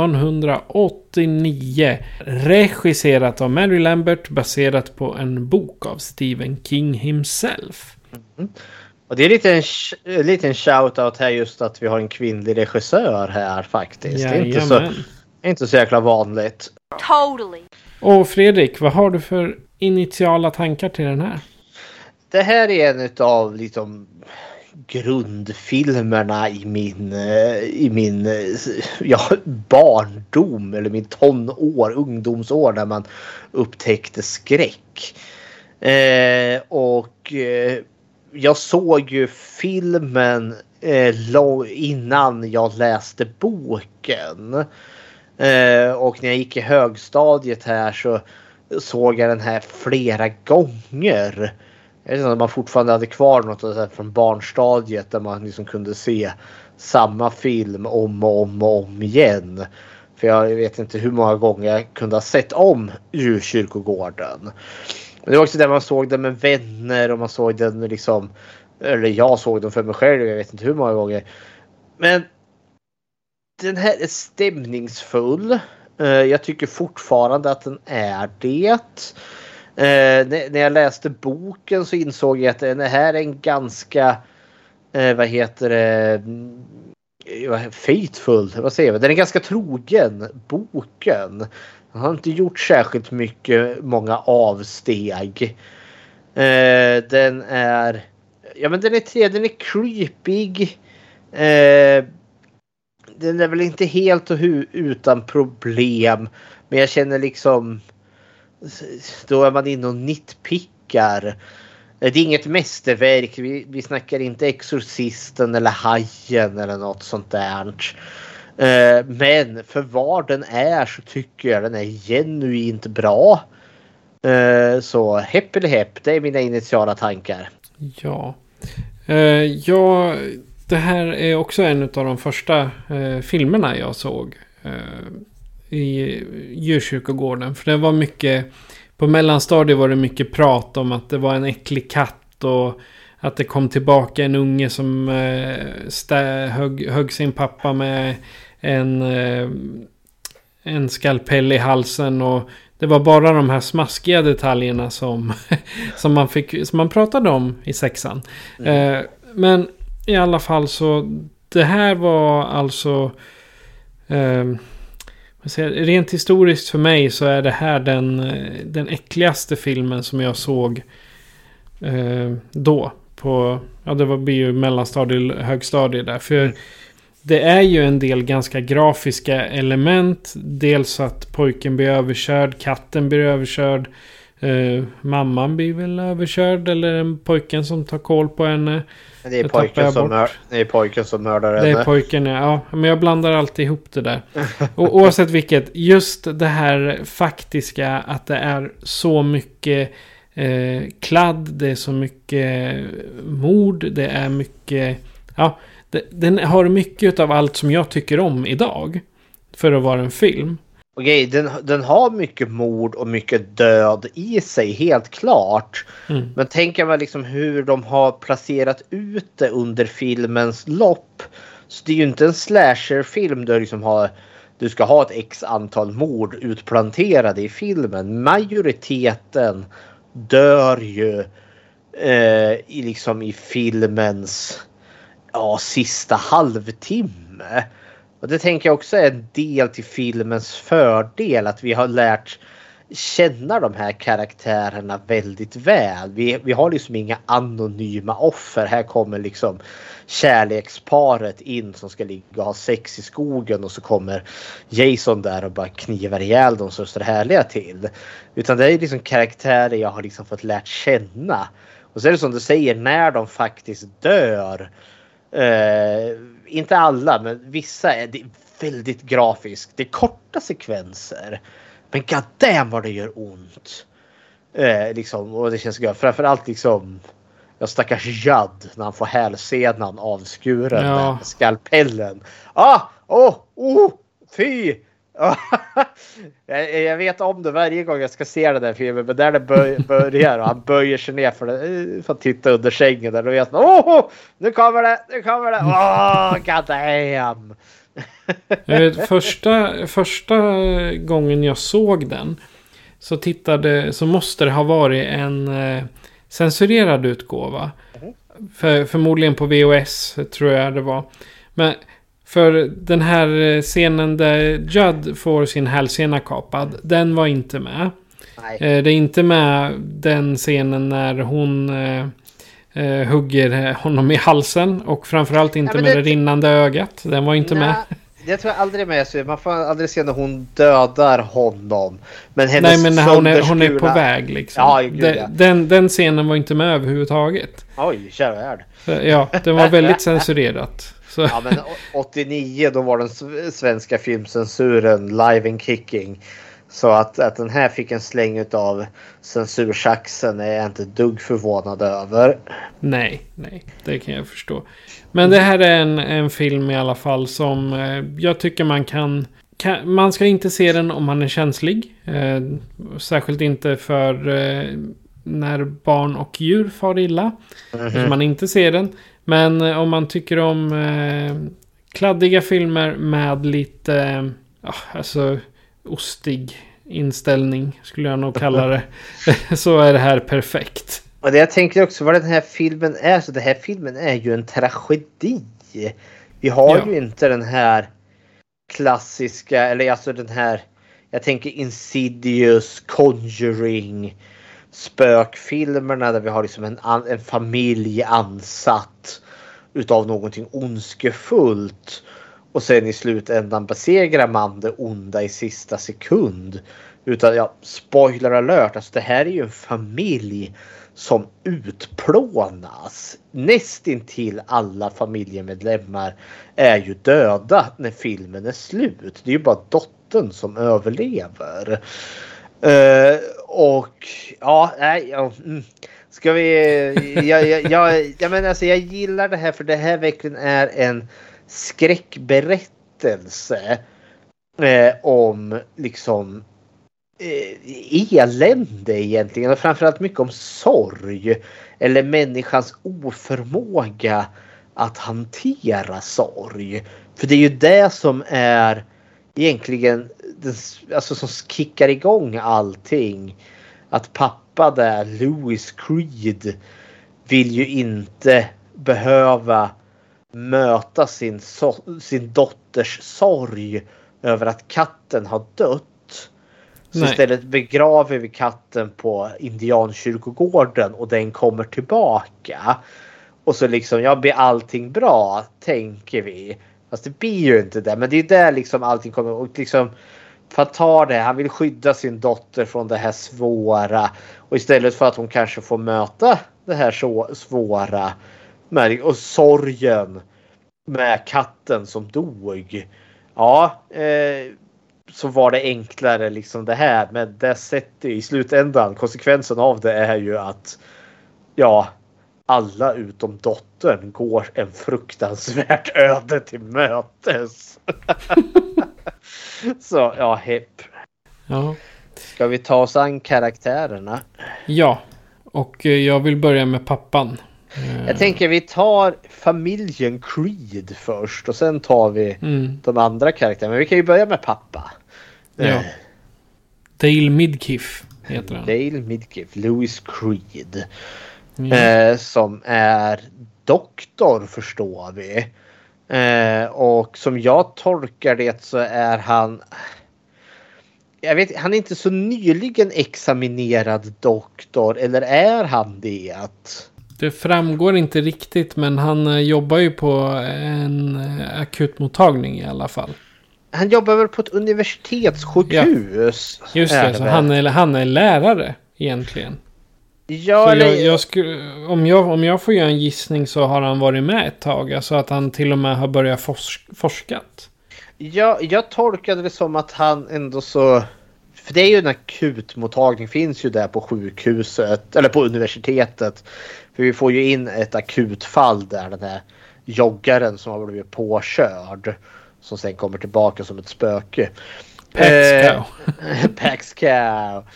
1989. Regisserat av Mary Lambert, baserat på en bok av Stephen King himself. Och det är en liten shout-out här just att vi har en kvinnlig regissör här faktiskt. Jajamän. Det är inte så jäkla vanligt. Totally. Och Fredrik, vad har du för initiala tankar till den här? Det här är en av liksom grundfilmerna i min barndom eller min ungdomsår när man upptäckte skräck. Jag såg ju filmen innan jag läste boken. Och när jag gick i högstadiet här så såg jag den här flera gånger. Jag vet inte om man fortfarande hade kvar något så här från barnstadiet där man liksom kunde se samma film om och om igen. För jag vet inte hur många gånger jag kunde ha sett om Djurkyrkogården. Det var också där man såg den med vänner och man såg den liksom, eller jag såg den för mig själv, jag vet inte hur många gånger. Men den här är stämningsfull. Jag tycker fortfarande att den är det. När jag läste boken så insåg jag att den här är en ganska faithful, vad säger jag? Den är ganska trogen boken. Den har inte gjort särskilt många avsteg. Den är den är creepig. Den är väl inte helt utan problem, men jag känner liksom då är man inne och nitpickar. Det är inget mästerverk. Vi snackar inte Exorcisten eller Hajen eller något sånt där. Men för vad den är så tycker jag den är genuint bra. Så hepp eller hepp, det är mina initiala tankar. Ja. Det här är också en av de första filmerna jag såg i Djurkyrkogården. För det var mycket, på mellanstadiet var det mycket prat om att det var en äcklig katt och att det kom tillbaka en unge som högg sin pappa med en skalpell i halsen, och det var bara de här smaskiga detaljerna som man pratade om i sexan. Men i alla fall så det här var alltså rent historiskt för mig så är det här den äckligaste filmen som jag såg då på, det var ju mellanstadie, högstadie där, för det är ju en del ganska grafiska element, dels att pojken blir överkörd, katten blir överkörd, mamman blir väl överkörd, eller en pojken som tar koll på henne. Det är pojken som mördar henne. Det är pojken, ja. Men jag blandar alltid ihop det där. Och oavsett vilket, just det här faktiska att det är så mycket kladd, det är så mycket mord, det är mycket... Ja, den har mycket av allt som jag tycker om idag för att vara en film. Okej, den har mycket mord och mycket död i sig, helt klart. Men tänker man liksom hur de har placerat ut det under filmens lopp. Så det är ju inte en slasherfilm där liksom du ska ha ett x antal mord utplanterade i filmen. Majoriteten dör ju i filmens sista halvtimme. Och det tänker jag också är en del till filmens fördel, att vi har lärt känna de här karaktärerna väldigt väl. Vi har liksom inga anonyma offer. Här kommer liksom kärleksparet in som ska ligga och ha sex i skogen, och så kommer Jason där och bara knivar ihjäl dem så står det härliga till. Utan det är liksom karaktärer jag har liksom fått lärt känna. Och så är det som du säger, när de faktiskt dör, inte alla, men vissa är det väldigt grafiskt. Det är korta sekvenser, men goddamn vad det gör ont. Och det känns gött. Framförallt liksom stackars Judd när han får hälsenan avskuren med skalpellen. Fy! Jag vet om det varje gång jag ska se den där filmen, men där det börjar och han böjer sig ner för att titta under sängen där, och vet man, nu kommer det, goddamn. Jag vet, första gången jag såg den så måste det ha varit en censurerad utgåva. Förmodligen på VHS tror jag det var. Men för den här scenen där Judd får sin hälsena kapad, den var inte med. Nej. Det är inte med den scenen när hon hugger honom i halsen, och framförallt inte med det rinnande ögat. Den var inte med. Det tror jag aldrig med. Så man får aldrig se när hon dödar honom. Men nej, men hon är på väg liksom. Ja, gud, den scenen var inte med överhuvudtaget. Oj, kära värld. Ja, den var väldigt censurerat. Så. Ja, men 89 då var den svenska filmcensuren live and kicking. Så att den här fick en släng av censursaxen är jag inte dugg förvånad över. Nej, det kan jag förstå. Men det här är en film i alla fall som jag tycker man ska inte se den om man är känslig. Särskilt inte för när barn och djur far illa. Så man inte ser den. Men om man tycker om kladdiga filmer med lite ostig inställning skulle jag nog kalla det. Så är det här perfekt. Och det jag tänkte också vad den här filmen är. Så den här filmen är ju en tragedi. Vi har ju inte den här klassiska, eller alltså den här, jag tänker Insidious, Conjuring, spökfilmerna där vi har liksom en familj ansatt utav någonting ondskefullt och sen i slutändan besegrar man det onda i sista sekund. Utan spoiler alert, alltså det här är ju en familj som utplånas. Nästintill alla familjemedlemmar är ju döda när filmen är slut. Det är ju bara dottern som överlever. Ska vi... jag gillar det här för det här verkligen är en skräckberättelse om liksom elände egentligen och framförallt mycket om sorg eller människans oförmåga att hantera sorg. För det är ju det som är egentligen alltså som kickar igång allting. Att pappa där, Louis Creed, vill ju inte behöva möta sin dotters sorg över att katten har dött. Så istället begraver vi katten på indiankyrkogården och den kommer tillbaka. Och så liksom, blir allting bra, tänker vi. Fast det blir ju inte det. Men det är där liksom allting kommer. Och liksom, för att ta det, han vill skydda sin dotter från det här svåra. Och istället för att hon kanske får möta det här så svåra och sorgen med katten som dog. Så var det enklare liksom det här. Men det sättet i slutändan, konsekvensen av det är ju att alla utom dottern går en fruktansvärt öde till mötes. Så hepp. Ja. Ska vi ta oss an karaktärerna? Ja, och jag vill börja med pappan. Jag tänker vi tar familjen Creed först och sen tar vi de andra karaktärerna. Men vi kan ju börja med pappa. Ja. Dale Midkiff heter han. Dale Midkiff, Louis Creed. Som är doktor, förstår vi. Och som jag tolkar det så är han... han är inte så nyligen examinerad doktor. Eller är han det? Det framgår inte riktigt, men han jobbar ju på en akutmottagning i alla fall. Han jobbar väl på ett universitetssjukhus? Ja. Just det, så han är lärare egentligen. Ja, så eller... om jag får göra en gissning så har han varit med ett tag. Alltså att han till och med har börjat forskat. Ja, jag tolkade det som att han ändå så... För det är ju en akutmottagning, finns ju där på sjukhuset, eller på universitetet. För vi får ju in ett akutfall där, den här joggaren som har blivit påkörd. Som sen kommer tillbaka som ett spöke. Paxcow.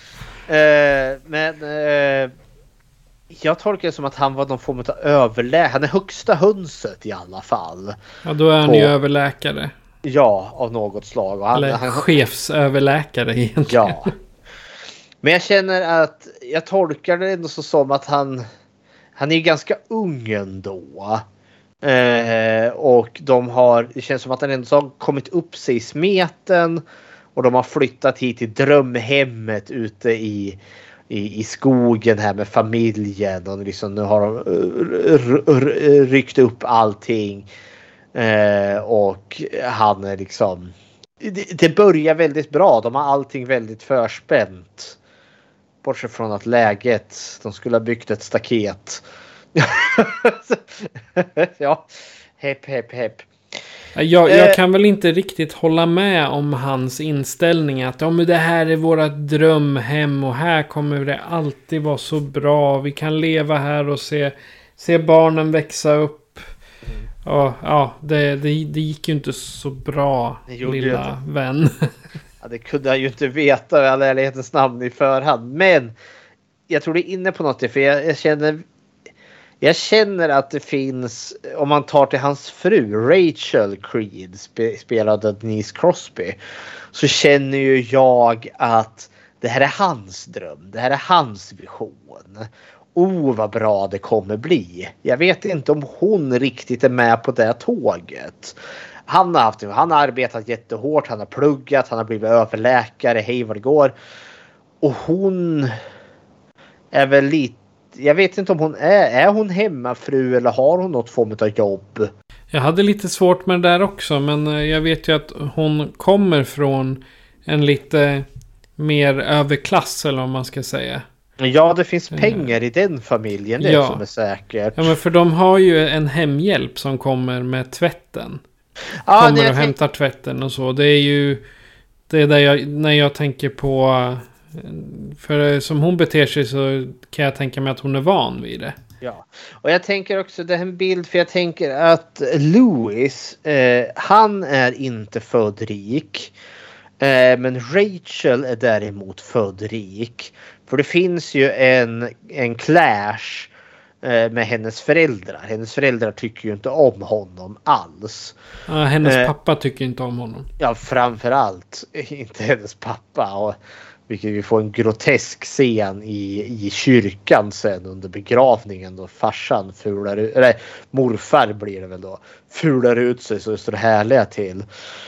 Jag tolkar det som att han var någon form av överläkare. Han är högsta hönset i alla fall. Ja, då är han ju överläkare. Ja, av något slag. Och eller chefsöverläkare egentligen. Ja. Men jag känner att jag tolkar det ändå så som att han är ganska ung ändå. Och det känns som att han ändå har kommit upp sig i smeten. Och de har flyttat hit till drömhemmet ute i skogen här med familjen. Och liksom, nu har de ryckt upp allting. Och han är liksom... Det börjar väldigt bra. De har allting väldigt förspänt. Bortsett från att läget... De skulle ha byggt ett staket. Ja, hepp. Jag kan väl inte riktigt hålla med om hans inställning att men det här är våra drömhem och här kommer det alltid vara så bra. Vi kan leva här och se barnen växa upp. Ja, det gick ju inte så bra, lilla vän. Ja, det kunde jag ju inte veta i all ärlighetens namn i förhand. Men jag tror det är inne på något. För jag känner att det finns, om man tar till hans fru Rachel Creed, spelad av Denise Crosby, så känner ju jag att det här är hans dröm. Det här är hans vision. Vad bra det kommer bli. Jag vet inte om hon riktigt är med på det tåget. Han har arbetat jättehårt, han har pluggat, han har blivit överläkare, hej vad det går. Och hon är väl lite, jag vet inte om hon är hon hemmafru eller har hon något form av jobb? Jag hade lite svårt med det där också, men jag vet ju att hon kommer från en lite mer överklass, eller vad man ska säga. Ja, det finns pengar i den familjen, det som är säkert. Ja, men för de har ju en hemhjälp som kommer med tvätten. Kommer och hämtar tvätten och så. Det är ju det där när jag tänker på, för som hon beter sig så kan jag tänka mig att hon är van vid det. Ja, och jag tänker också det här en bild, för jag tänker att Louis, han är inte född rik. Men Rachel är däremot född rik. För det finns ju en clash med hennes föräldrar. Hennes föräldrar tycker ju inte om honom alls. Ja, hennes pappa tycker inte om honom. Ja, framförallt inte hennes pappa. Och vilket vi får en grotesk scen i kyrkan sen under begravningen då farsan morfar blir det väl då, fular ut sig så det står härliga till.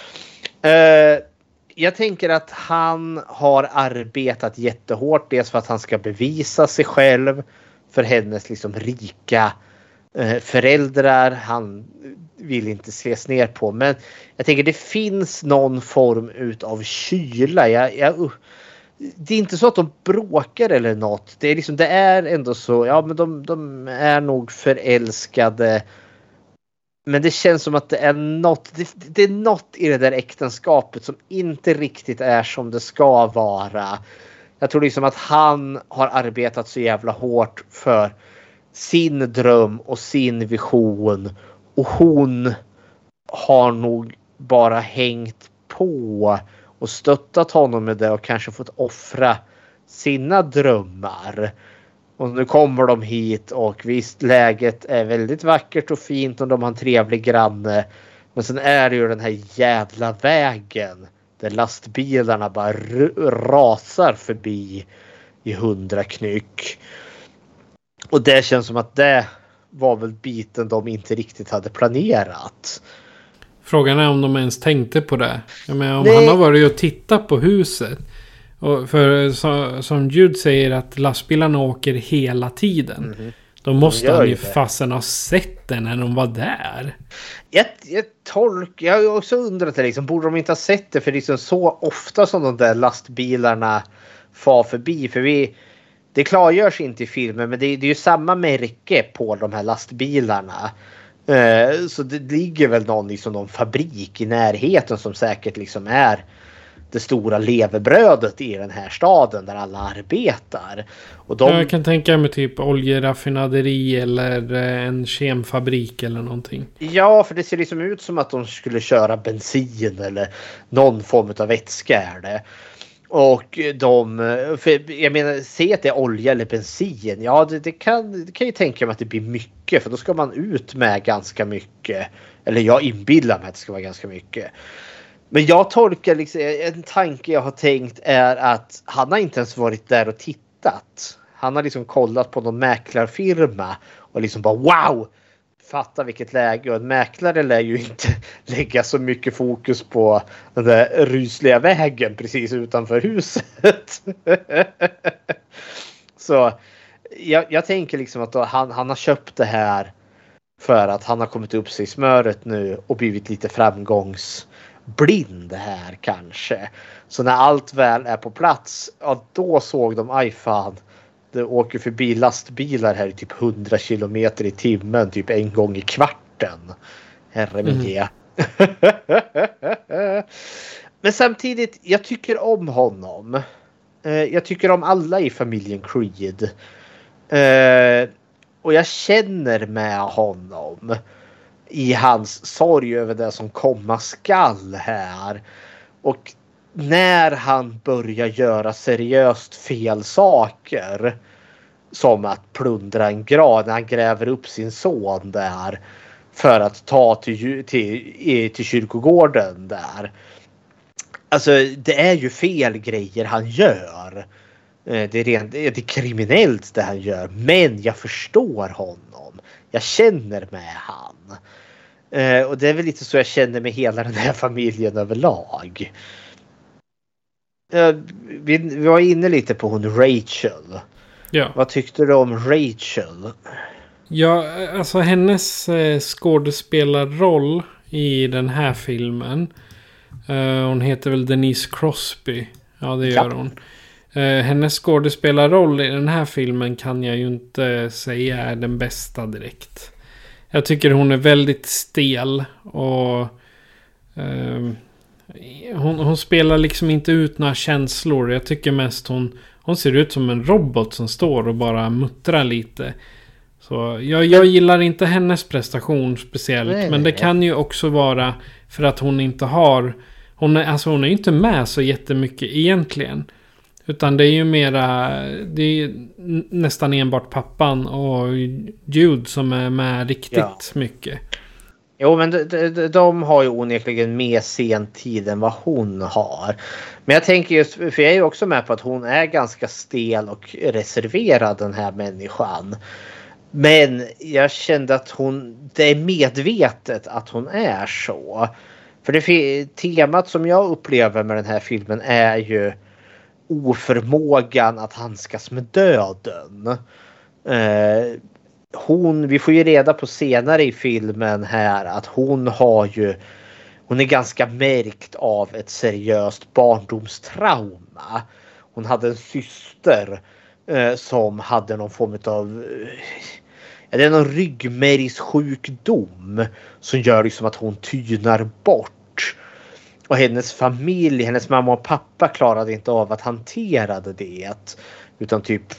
Jag tänker att han har arbetat jättehårt. Dels för att han ska bevisa sig själv för hennes liksom rika föräldrar. Han vill inte ses ner på. Men jag tänker det finns någon form av kyla. Det är inte så att de bråkar eller något. Det är ändå så. Ja, men de är nog förälskade. Men det känns som att det är något i det där äktenskapet som inte riktigt är som det ska vara. Jag tror liksom att han har arbetat så jävla hårt för sin dröm och sin vision. Och hon har nog bara hängt på och stöttat honom med det och kanske fått offra sina drömmar. Och nu kommer de hit och visst, läget är väldigt vackert och fint och de har en trevlig granne. Men sen är det ju den här jävla vägen där lastbilarna bara rasar förbi i 100 knyck. Och det känns som att det var väl biten de inte riktigt hade planerat. Frågan är om de ens tänkte på det. Jag menar, om han har varit och tittat på huset. Och för som Jude säger att lastbilarna åker hela tiden. Mm-hmm. Då måste han ju fasen ha sett det när de var där. Jag har också undrat det liksom, borde de inte ha sett det för liksom så ofta som de där lastbilarna far förbi. För det klargörs inte i filmen, men det är ju samma märke på de här lastbilarna. Så det ligger väl någon fabrik i närheten som säkert liksom är det stora levebrödet i den här staden där alla arbetar. Och jag kan tänka mig typ oljeraffinaderi eller en kemfabrik eller någonting. Ja, för det ser liksom ut som att de skulle köra bensin eller någon form av vätska är det. Och jag menar, se att det är olja eller bensin. Ja, det kan ju tänka mig att det blir mycket. För då ska man ut med ganska mycket. Eller jag inbillar mig att det ska vara ganska mycket. Men jag tolkar liksom, en tanke jag har tänkt är att han har inte ens varit där och tittat. Han har liksom kollat på någon mäklarfirma och liksom bara wow! Fatta vilket läge. Och en mäklare lär ju inte lägga så mycket fokus på den där rysliga vägen precis utanför huset. Så jag tänker liksom att han har köpt det här för att han har kommit upp sig i smöret nu och blivit lite framgångsblind här kanske. Så när allt väl är på plats, ja, då såg de, aj fan, det åker förbi lastbilar här i typ 100 kilometer i timmen typ en gång i kvarten. Herre min. Men samtidigt, jag tycker om honom. Jag tycker om alla i familjen Creed. Och jag känner med honom i hans sorg över det som komma skall här. Och när han börjar göra seriöst fel saker, som att plundra en grav när han gräver upp sin son där för att ta till kyrkogården där. Alltså det är ju fel grejer han gör. Det är kriminellt det han gör. Men jag förstår honom. Jag känner med han. Och det är väl lite så jag känner med hela den här familjen överlag. Vi var inne lite på hon Rachel. Ja. Vad tyckte du om Rachel? Ja, alltså hennes skådespelarroll i den här filmen. Hon heter väl Denise Crosby. Ja, det gör hon. Hennes skådespelarroll i den här filmen kan jag ju inte säga är den bästa direkt. Jag tycker hon är väldigt stel och hon spelar liksom inte ut några känslor. Jag tycker mest hon ser ut som en robot som står och bara muttrar lite. Så jag gillar inte hennes prestation speciellt. Nej, men det kan ju också vara för att hon inte har... Hon är ju inte med så jättemycket egentligen. Utan det är ju mera... Det är nästan enbart pappan och Jude som är med riktigt mycket. Jo, men de har ju onekligen mer sentid än vad hon har. Men jag tänker just, för jag är ju också med på att hon är ganska stel och reserverad, den här människan. Men jag kände att det är medvetet att hon är så. För det temat som jag upplever med den här filmen är ju oförmågan att handskas med döden. Vi får ju reda på senare i filmen här att hon är ganska märkt av ett seriöst barndomstrauma. Hon hade en syster som hade någon form av det är någon ryggmärgssjukdom som gör liksom att hon tynar bort. Och hennes familj, hennes mamma och pappa klarade inte av att hantera det. Utan typ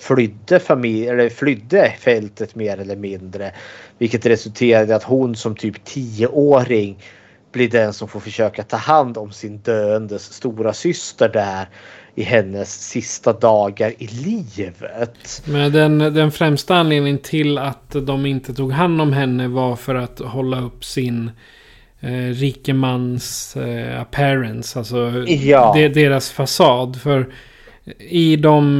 flydde fältet mer eller mindre. Vilket resulterade i att hon som typ 10-åring blir den som får försöka ta hand om sin döendes stora syster där i hennes sista dagar i livet. Men den främsta anledningen till att de inte tog hand om henne var för att hålla upp sin rikemans appearance. Alltså deras fasad. För i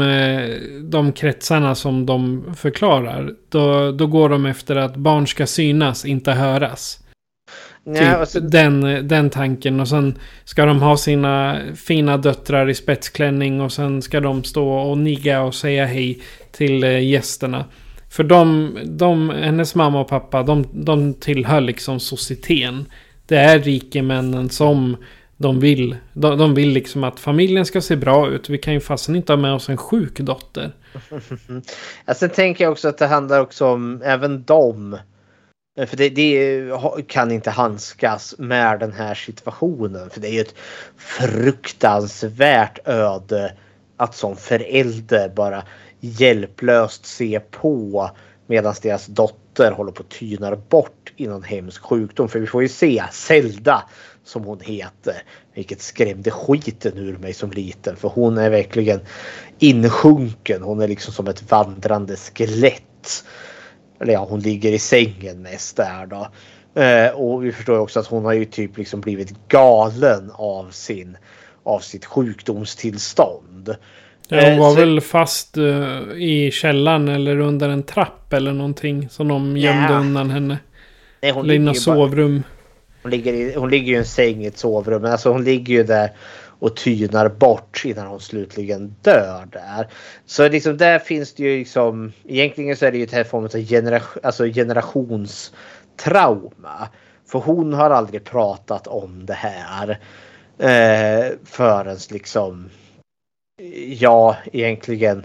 de kretsarna som de förklarar, då går de efter att barn ska synas, inte höras. Nej, alltså... den tanken. Och sen ska de ha sina fina döttrar i spetsklänning och sen ska de stå och nigga och säga hej till gästerna. För hennes mamma och pappa, de tillhör liksom societeten. Det är rikemännen som de vill liksom att familjen ska se bra ut. Vi kan ju fastän inte ha med oss en sjuk dotter. Sen tänker jag också att det handlar också om även dem. För det kan inte handskas med den här situationen. För det är ju ett fruktansvärt öde att som förälder bara hjälplöst se på medan deras dotter håller på att tynar bort i någon hemsk sjukdom. För vi får ju se Zelda, som hon heter, vilket skrämde skiten ur mig som liten. För hon är verkligen insjunken. Hon är liksom som ett vandrande skelett. Eller ja, hon ligger i sängen mest där då. Och vi förstår också att hon har ju typ liksom blivit galen av sitt sjukdomstillstånd. Ja, hon var väl fast i källaren eller under en trapp eller någonting som de gömde undan henne. Nej, hon eller i något sovrum. Hon ligger ju i en säng i ett sovrum. Men alltså hon ligger ju där och tynar bort innan hon slutligen dör där. Så liksom där finns det ju liksom... Egentligen så är det ju ett här form av generationstrauma. För hon har aldrig pratat om det här. Förrän liksom... Ja, egentligen...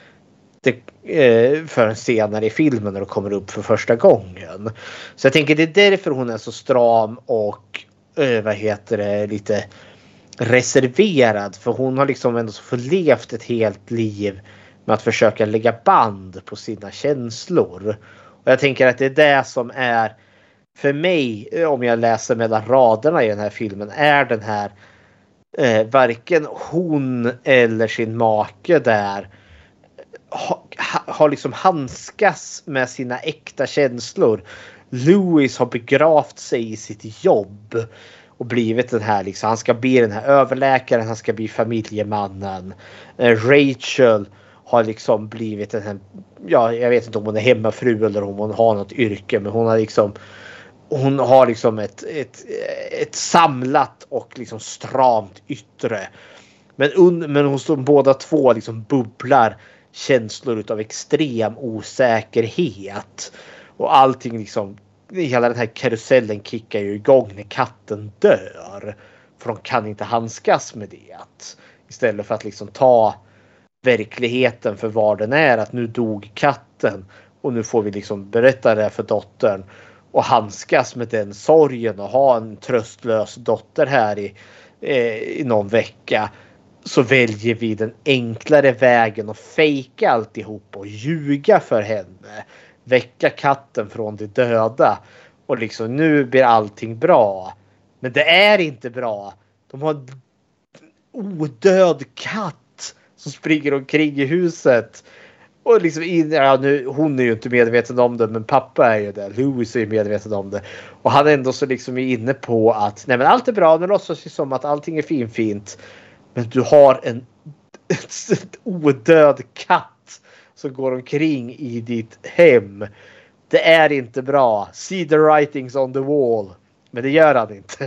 Förrän senare i filmen när det kommer upp för första gången. Så jag tänker det är därför hon är så stram och lite reserverad. För hon har liksom ändå förlevt ett helt liv med att försöka lägga band på sina känslor. Och jag tänker att det är det som är för mig, om jag läser mellan raderna i den här filmen, är den här varken hon eller sin make där har liksom handskas med sina äkta känslor. Louis har begravt sig i sitt jobb och blivit den här liksom, han ska bli den här överläkaren, han ska bli familjemannen. Rachel har liksom blivit den här, ja, jag vet inte om hon är hemmafru eller om hon har något yrke, men hon har liksom ett samlat och liksom stramt yttre. Men hos de båda två liksom bubblar känslor utav extrem osäkerhet. Och allting liksom, hela den här karusellen kickar ju igång när katten dör. För de kan inte handskas med det. Istället för att liksom ta verkligheten för vad den är. Att nu dog katten. Och nu får vi liksom berätta det för dottern. Och handskas med den sorgen. Och ha en tröstlös dotter här i någon vecka. Så väljer vi den enklare vägen och fejka alltihop och ljuga för henne. Väcka katten från de döda. Och liksom nu blir allting bra. Men det är inte bra. De har en odöd katt som springer omkring i huset. Och liksom hon är ju inte medveten om det, men pappa är ju det. Louis är ju medveten om det. Och han är ändå så liksom inne på att nej, men allt är bra. Nu låtsas det som att allting är fint. Men du har en odöd katt som går omkring i ditt hem. Det är inte bra. See the writings on the wall. Men det gör han inte.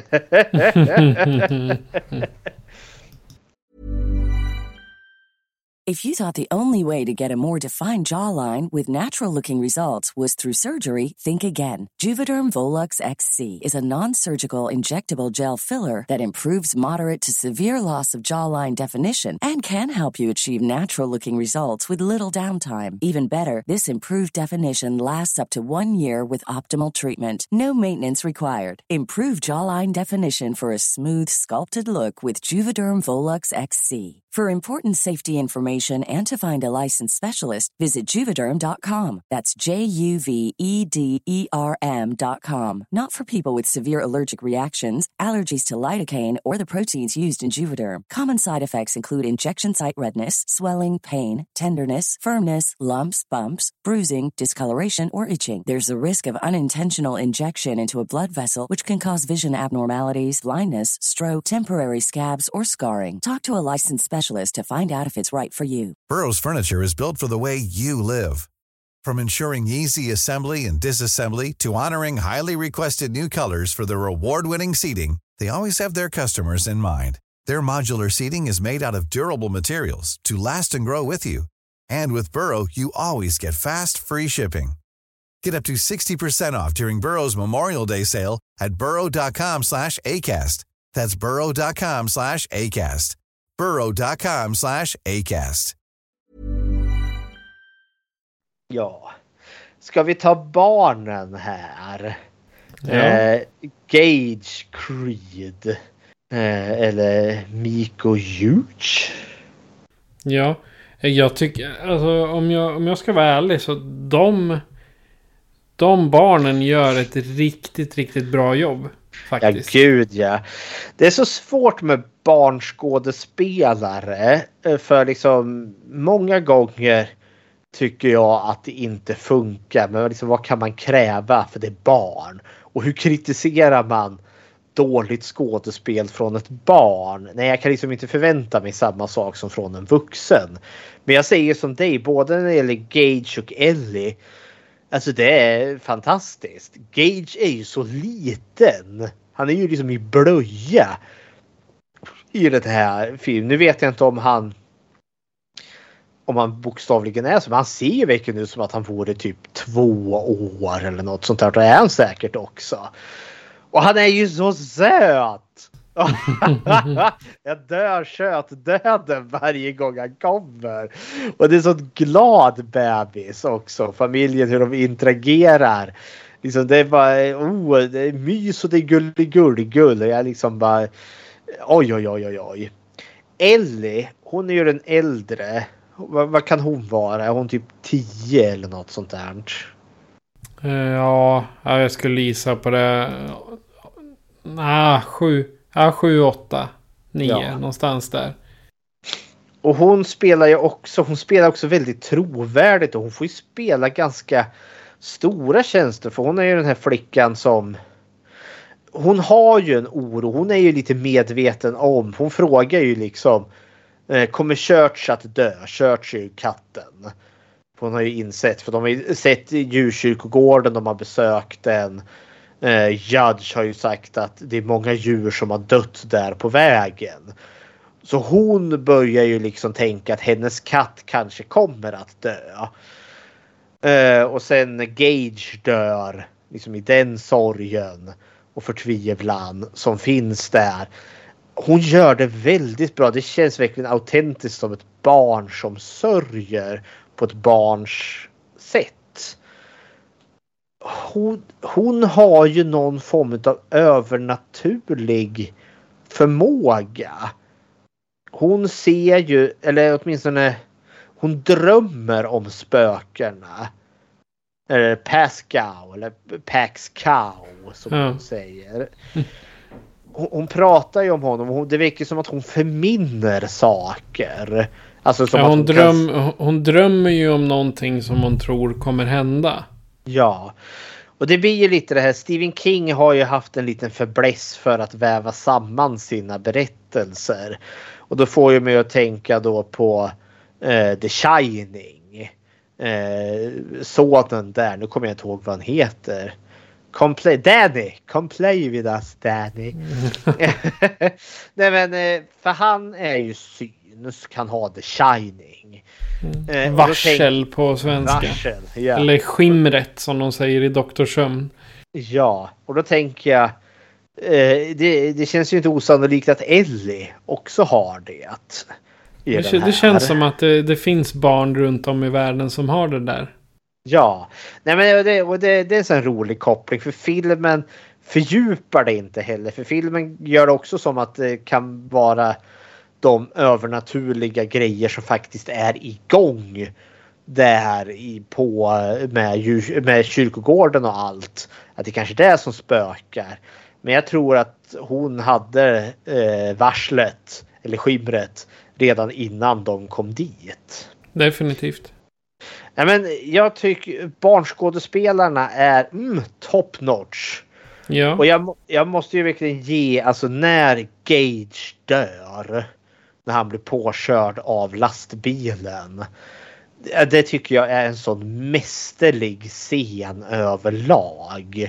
If you thought the only way to get a more defined jawline with natural-looking results was through surgery, think again. Juvederm Volux XC is a non-surgical injectable gel filler that improves moderate to severe loss of jawline definition and can help you achieve natural-looking results with little downtime. Even better, this improved definition lasts up to 1 year with optimal treatment. No maintenance required. Improve jawline definition for a smooth, sculpted look with Juvederm Volux XC. For important safety information and to find a licensed specialist, visit Juvederm.com. That's JUVEDERM.com. Not for people with severe allergic reactions, allergies to lidocaine, or the proteins used in Juvederm. Common side effects include injection site redness, swelling, pain, tenderness, firmness, lumps, bumps, bruising, discoloration, or itching. There's a risk of unintentional injection into a blood vessel, which can cause vision abnormalities, blindness, stroke, temporary scabs, or scarring. Talk to a licensed specialist to find out if it's right for you. Burrow's furniture is built for the way you live. From ensuring easy assembly and disassembly to honoring highly requested new colors for their award-winning seating, they always have their customers in mind. Their modular seating is made out of durable materials to last and grow with you. And with Burrow, you always get fast, free shipping. Get up to 60% off during Burrow's Memorial Day sale at burrow.com/ACAST. That's burrow.com/ACAST. burrow.com/ACAST. Ja. Ska vi ta barnen här? Ja. Gage Creed. Eller Miko Hughes. Ja, jag tycker, alltså om jag ska vara ärlig, så de barnen gör ett riktigt, riktigt bra jobb. Faktiskt. Ja, gud ja. Det är så svårt med barnskådespelare. För liksom många gånger tycker jag att det inte funkar. Men liksom, vad kan man kräva för det är barn? Och hur kritiserar man dåligt skådespel från ett barn? Nej, jag kan liksom inte förvänta mig samma sak som från en vuxen. Men jag säger som dig, både när det gäller Gage och Ellie. Alltså det är fantastiskt. Gage är ju så liten. Han är ju liksom i blöja i den här filmen. Nu vet jag inte om han bokstavligen är så. Men han ser ju verkligen ut som att han vore typ 2 år eller något sånt där. Det är han säkert också. Och han är ju så söt. Jag dör döden varje gång han kommer. Och det är så glad bebis också. Familjen, hur de interagerar. Liksom det är bara, det är mys och det är gull. Och jag liksom bara, oj. Ellie, hon är ju den äldre. Vad kan hon vara? Är hon typ 10 eller något sånt där? Ja, jag skulle gissa på det. 7, 8, 9 någonstans där. Och hon spelar också väldigt trovärdigt och hon får ju spela ganska stora tjänster för hon är ju den här flickan som hon har ju en oro, hon är ju lite medveten om, hon frågar ju liksom kommer Church att dö? Church är ju katten. Hon har ju insett, för de har ju sett djurkyrkogården, de har besökt den. Judge har ju sagt att det är många djur som har dött där på vägen. Så hon börjar ju liksom tänka att hennes katt kanske kommer att dö. Och sen Gage dör liksom i den sorgen och förtvivlan som finns där. Hon gör det väldigt bra. Det känns verkligen autentiskt som ett barn som sörjer på ett barns sätt. Hon har ju någon form av övernaturlig förmåga. Hon ser ju, eller åtminstone hon drömmer om spökena. Eller Pascal eller Pax-Cow som hon säger. Hon pratar ju om honom. Det verkar som att hon förminner saker. Alltså som att hon drömmer ju om någonting som hon tror kommer hända. Ja. Och det blir ju lite det här. Stephen King har ju haft en liten fäbless för att väva samman sina berättelser. Och då får ju mig att tänka då på The Shining. Sonen där. Nu kommer jag inte ihåg vad han heter. Come play with us, Danny. Nej men för han är ju synsk, kan ha The Shining. Varsel på svenska. Varsel, ja. Eller skimret som de säger i Dr. Sömn. Ja, och då tänker jag det känns ju inte osannolikt att Ellie också har det. Det känns som att det finns barn runt om i världen som har det där. Ja, nej men det är en sån rolig koppling, för filmen fördjupar det inte heller. För filmen gör det också som att det kan vara de övernaturliga grejer som faktiskt är igång där med kyrkogården och allt. Att det kanske är det som spökar. Men jag tror att hon hade varslet eller skimret redan innan de kom dit. Definitivt. Ja, men jag tycker barnskådespelarna är top notch. Ja. Och jag måste ju verkligen ge, alltså när Gage dör, när han blir påkörd av lastbilen. Det tycker jag är en sån mästerlig scen överlag.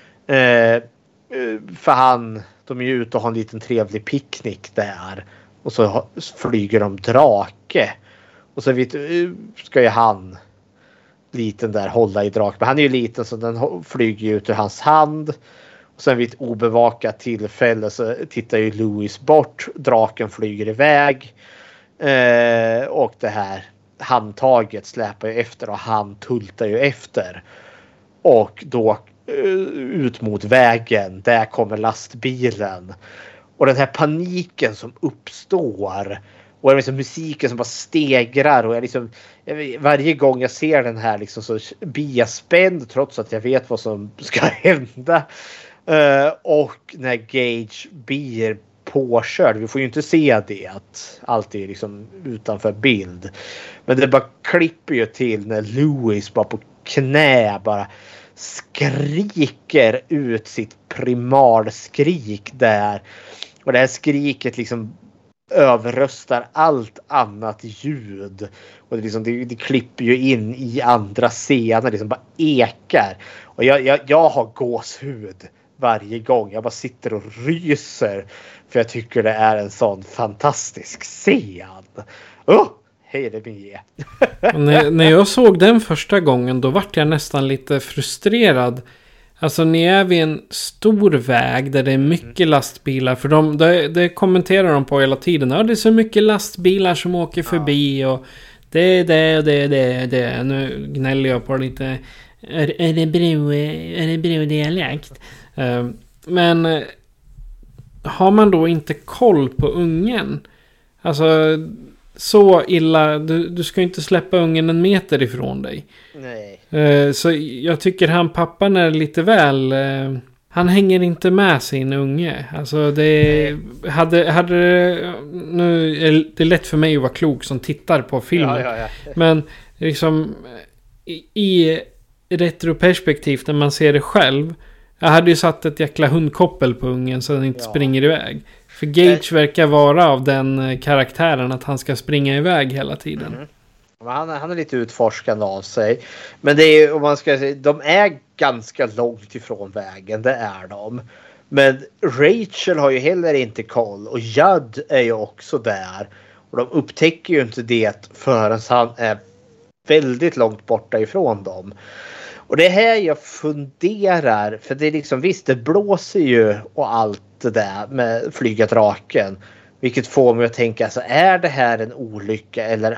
För de är ju ute och har en liten trevlig picknick där. Och så flyger de drake. Och så ska ju han liten där hålla i draken. Men han är ju liten så den flyger ut ur hans hand. Och sen vid ett obevakat tillfälle så tittar ju Louis bort. Draken flyger iväg. Och det här handtaget släpar ju efter och han tultar ju efter. Och då ut mot vägen. Där kommer lastbilen. Och den här paniken som uppstår. Och det är liksom musiken som bara stegrar. Och varje gång jag ser den här liksom, så blir jag spänd. Trots att jag vet vad som ska hända. Och när Gage blir påkörd. Vi får ju inte se det. Att allt är liksom utanför bild. Men det bara klipper ju till när Louis bara på knä bara skriker ut sitt primalskrik där. Och det här skriket liksom överröstar allt annat ljud. Och det klipper ju in i andra scener. Det liksom bara ekar. Och jag har gåshud varje gång. Jag bara sitter och ryser. För jag tycker det är en sån fantastisk scen. Hej det min ge. När jag såg den första gången då vart jag nästan lite frustrerad. Alltså ni är vid en stor väg där det är mycket lastbilar. För det kommenterar de på hela tiden. Ja, det är så mycket lastbilar som åker förbi. Och det. Nu gnäller jag på lite Örebro-dialekt. Men har man då inte koll på ungen? Alltså så illa, du ska inte släppa ungen en meter ifrån dig. Nej. Så jag tycker han pappan är lite väl... Han hänger inte med sin unge. Alltså det nu är det lätt för mig att vara klok som tittar på filmen. Ja. Men liksom i retroperspektiv när man ser det själv. Jag hade ju satt ett jäkla hundkoppel på ungen så den inte springer iväg. För Gage verkar vara av den karaktären att han ska springa iväg hela tiden. Mm. Han är lite utforskande av sig. Men det är, om man ska säga, de är ganska långt ifrån vägen. Det är de. Men Rachel har ju heller inte koll. Och Judd är ju också där. Och de upptäcker ju inte det förrän han är väldigt långt borta ifrån dem. Och det här jag funderar. För det är liksom, visst det blåser ju och allt det där med flyga draken. Vilket får mig att tänka, alltså, är det här en olycka eller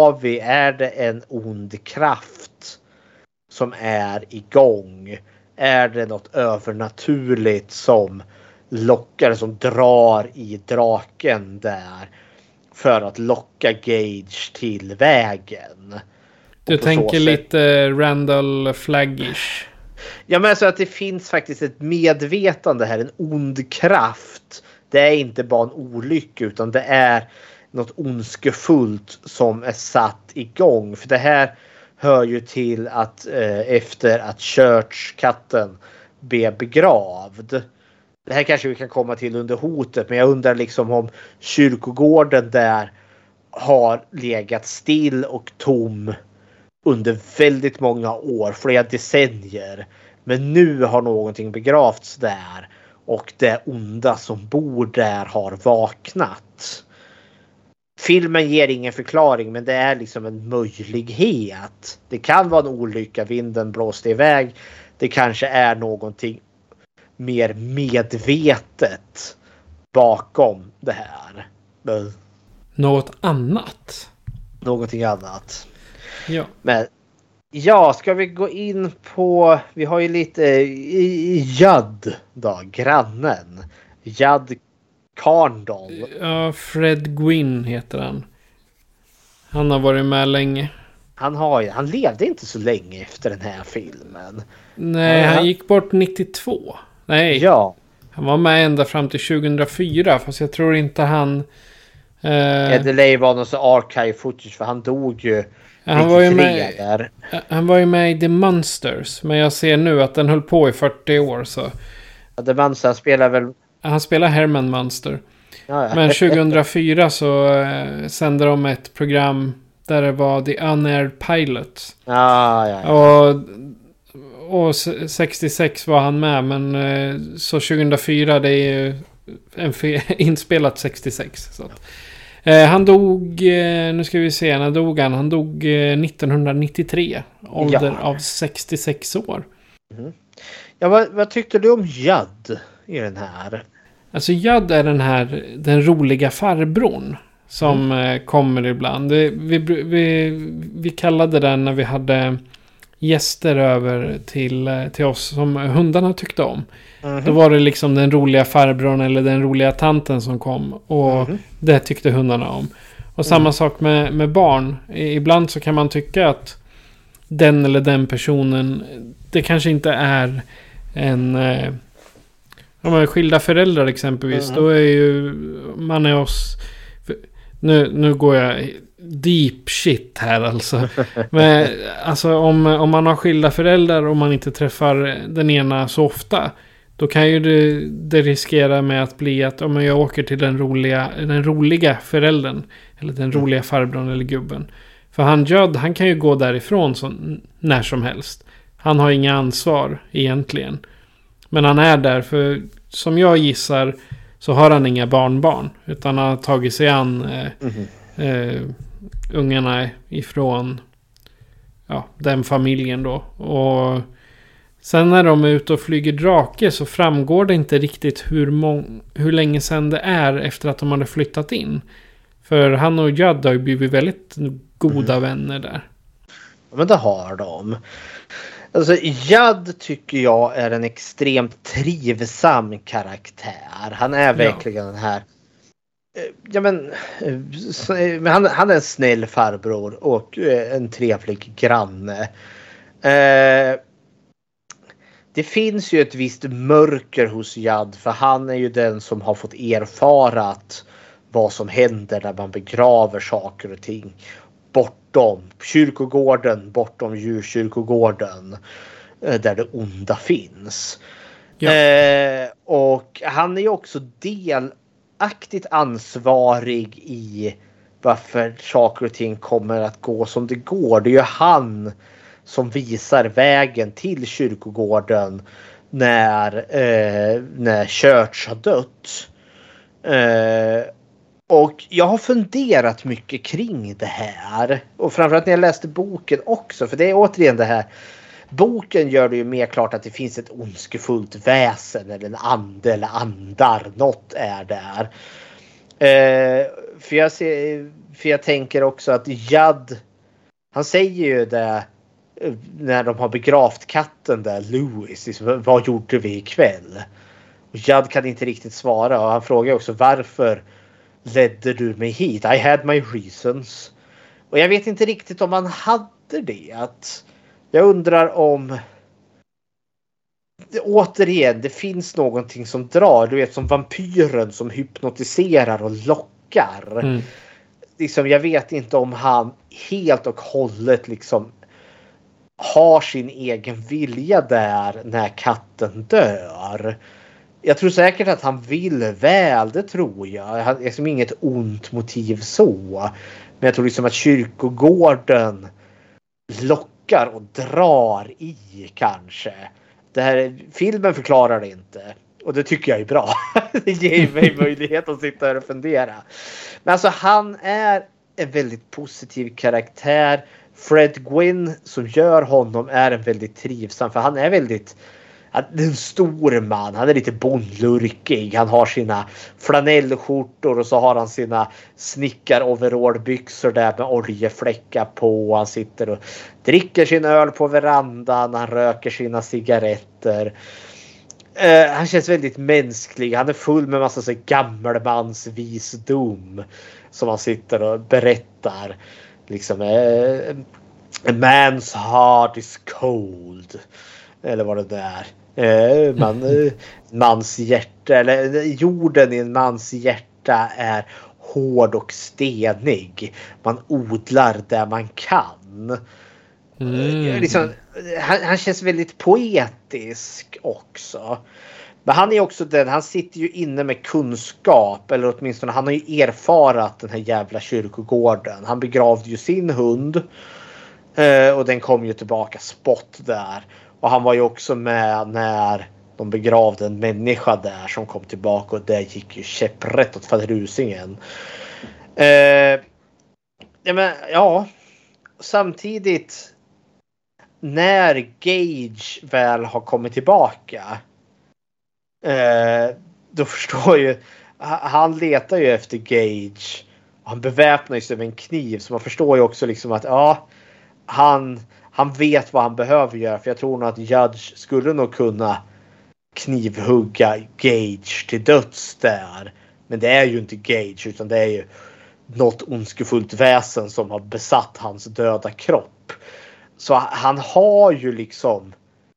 är det en ond kraft som är igång? Är det något övernaturligt som lockar, som drar i draken där för att locka Gage till vägen? Du tänker lite Randall Flaggish. Ja, men alltså att det finns faktiskt ett medvetande här, en ond kraft. Det är inte bara en olycka utan det är något ondskefullt som är satt igång. För det här hör ju till att efter att Church-katten blev begravd. Det här kanske vi kan komma till under hotet. Men jag undrar liksom om kyrkogården där har legat still och tom under väldigt många år, flera decennier. Men nu har någonting begravts där. Och det onda som bor där har vaknat. Filmen ger ingen förklaring, men det är liksom en möjlighet. Det kan vara en olycka, vinden blåste iväg. Det kanske är någonting mer medvetet bakom det här. Men något annat? Någonting annat. Ja. Men ja, ska vi gå in på... Vi har ju lite Judd då, grannen. Judd Carndall. Ja, Fred Gwynn heter han. Han har varit med länge. Han levde inte så länge efter den här filmen. Nej, han gick bort 92. Nej. Ja. Han var med ända fram till 2004. Fast jag tror inte han... Det var någon så archive footage för han dog ju. Han var ju med i The Monsters. Men jag ser nu att den höll på i 40 år. Så. Ja, The Monsters spelar väl... Han spelar Herman Munster. Ja. Men 2004 så sände de ett program där det var The Unaired Pilots. Ja. Och 66 var han med. Men så 2004 det är ju inspelat 66. Så att. Han dog, nu ska vi se, när dog han? Han dog 1993, ålder av 66 år. Mm. Ja, vad tyckte du om Judd i den här? Alltså Judd är den roliga farbrorn som kommer ibland. Vi kallade den när vi hade gäster över till oss som hundarna tyckte om. Då var det liksom den roliga farbrorn eller den roliga tanten som kom. Och det tyckte hundarna om. Och samma sak med barn. Ibland så kan man tycka att den eller den personen, det kanske inte är en... Om man är skilda föräldrar exempelvis. Då är ju man är oss... Nu går jag deep shit här alltså. Men alltså om man har skilda föräldrar och man inte träffar den ena så ofta, då kan ju det riskera med att bli att om jag åker till den roliga föräldern eller den roliga farbrorn eller gubben. För han kan ju gå därifrån när som helst. Han har inga ansvar egentligen. Men han är där för som jag gissar så har han inga barnbarn. Utan han har tagit sig an ungarna ifrån den familjen då. Och sen när de är ute och flyger drake så framgår det inte riktigt hur länge sedan det är efter att de hade flyttat in. För han och Judd har ju blivit väldigt goda vänner där. Men det har de. Alltså Judd tycker jag är en extremt trivsam karaktär. Han är verkligen den här. Ja men han är en snäll farbror och en trevlig granne. Det finns ju ett visst mörker hos Judd, för han är ju den som har fått erfara vad som händer när man begraver saker och ting bortom kyrkogården, bortom djurkyrkogården, där det onda finns. Ja. Och han är ju också delaktigt ansvarig i varför saker och ting kommer att gå som det går. Det är ju han som visar vägen till kyrkogården när Church har dött. Och jag har funderat mycket kring det här. Och framförallt när jag läste boken också. För det är återigen det här. Boken gör det ju mer klart att det finns ett ondskefullt väsen eller en ande eller andar. Något är där. För jag tänker också att Judd, han säger ju det när de har begravt katten där, Louis. Vad gjorde vi ikväll? Och Judd kan inte riktigt svara. Och han frågar också, varför ledde du mig hit? I had my reasons. Och jag vet inte riktigt om han hade det. Jag undrar om återigen, det finns någonting som drar. Du vet, som vampyren som hypnotiserar och lockar. Liksom, jag vet inte om han helt och hållet liksom har sin egen vilja där när katten dör. Jag tror säkert att han vill väl, det tror jag. Han är liksom inget ont motiv så. Men jag tror liksom att kyrkogården lockar och drar i kanske. Det här, filmen förklarar det inte. Och det tycker jag är bra. Det ger mig möjlighet att sitta här och fundera. Men alltså han är en väldigt positiv karaktär. Fred Gwynne som gör honom är en väldigt trivsam. För han är väldigt... en stor man. Han är lite bondlurkig. Han har sina flanellskjortor och så har han sina snickar-overallbyxor där med oljefläckar på. Han sitter och dricker sin öl på verandan. Han röker sina cigaretter. Han känns väldigt mänsklig. Han är full med massa så gammelmans visdom som han sitter och berättar. Liksom, a man's heart is cold. Eller vad det där. Mans hjärta, eller jorden i en mans hjärta är hård och stenig. Man odlar där man kan. Liksom, han känns väldigt poetisk också. Men han är också den, han sitter ju inne med kunskap, eller åtminstone han har ju erfarat den här jävla kyrkogården. Han begravde ju sin hund och den kom ju tillbaka spott där. Och han var ju också med när de begravde en människa där som kom tillbaka, och det gick ju käpprätt åt fadrusingen. Ja, samtidigt när Gage väl har kommit tillbaka, då förstår ju, han letar ju efter Gage och han beväpnar sig med en kniv, så man förstår ju också liksom att ja, han vet vad han behöver göra. För jag tror nog att Judge skulle nog kunna knivhugga Gage till döds där. Men det är ju inte Gage, utan det är ju något ondskefullt väsen som har besatt hans döda kropp. Så han har ju liksom...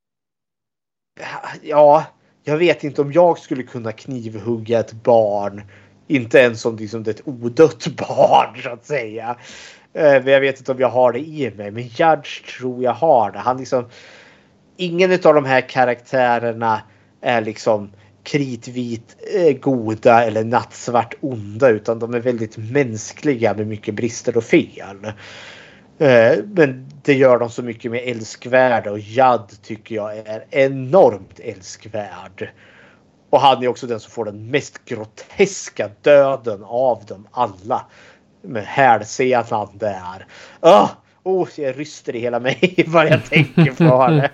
Ja, jag vet inte om jag skulle kunna knivhugga ett barn. Inte ens som liksom ett odött barn, så att säga. Men jag vet inte om jag har det i mig. Men Judge tror jag har det. Han liksom... Ingen av de här karaktärerna är liksom kritvit goda eller nattsvart onda, utan de är väldigt mänskliga med mycket brister och fel. Men det gör dem så mycket mer älskvärda, och Judd tycker jag är enormt älskvärd. Och han är också den som får den mest groteska döden av dem alla. Med hälsenan där. Jag ryster i hela mig vad jag tänker på det.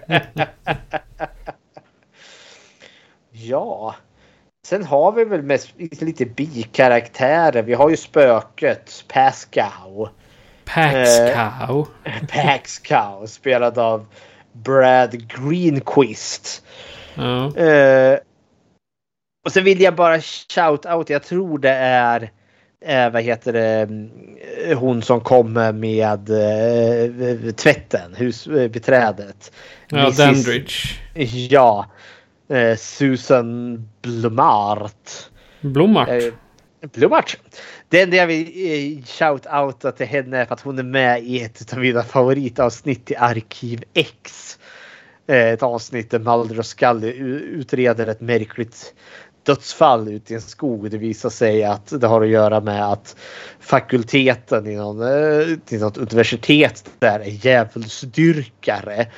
Ja. Sen har vi väl mest lite bikaraktärer. Vi har ju spöket Pascow. Paxcow. Paxcow, spelad av Brad Greenquist. Och så vill jag bara shout out, jag tror det är hon som kommer med tvätten, husbiträdet. Ja, Dandridge. Ja, Susan Blomart. Blomart. Det enda jag vill shout-outa till henne är för att hon är med i ett av mina favoritavsnitt i Arkiv X. Ett avsnitt där Mulder och Scully utreder ett märkligt dödsfall ute i en skog. Det visar sig att det har att göra med att fakulteten i något universitet där är djävulsdyrkare.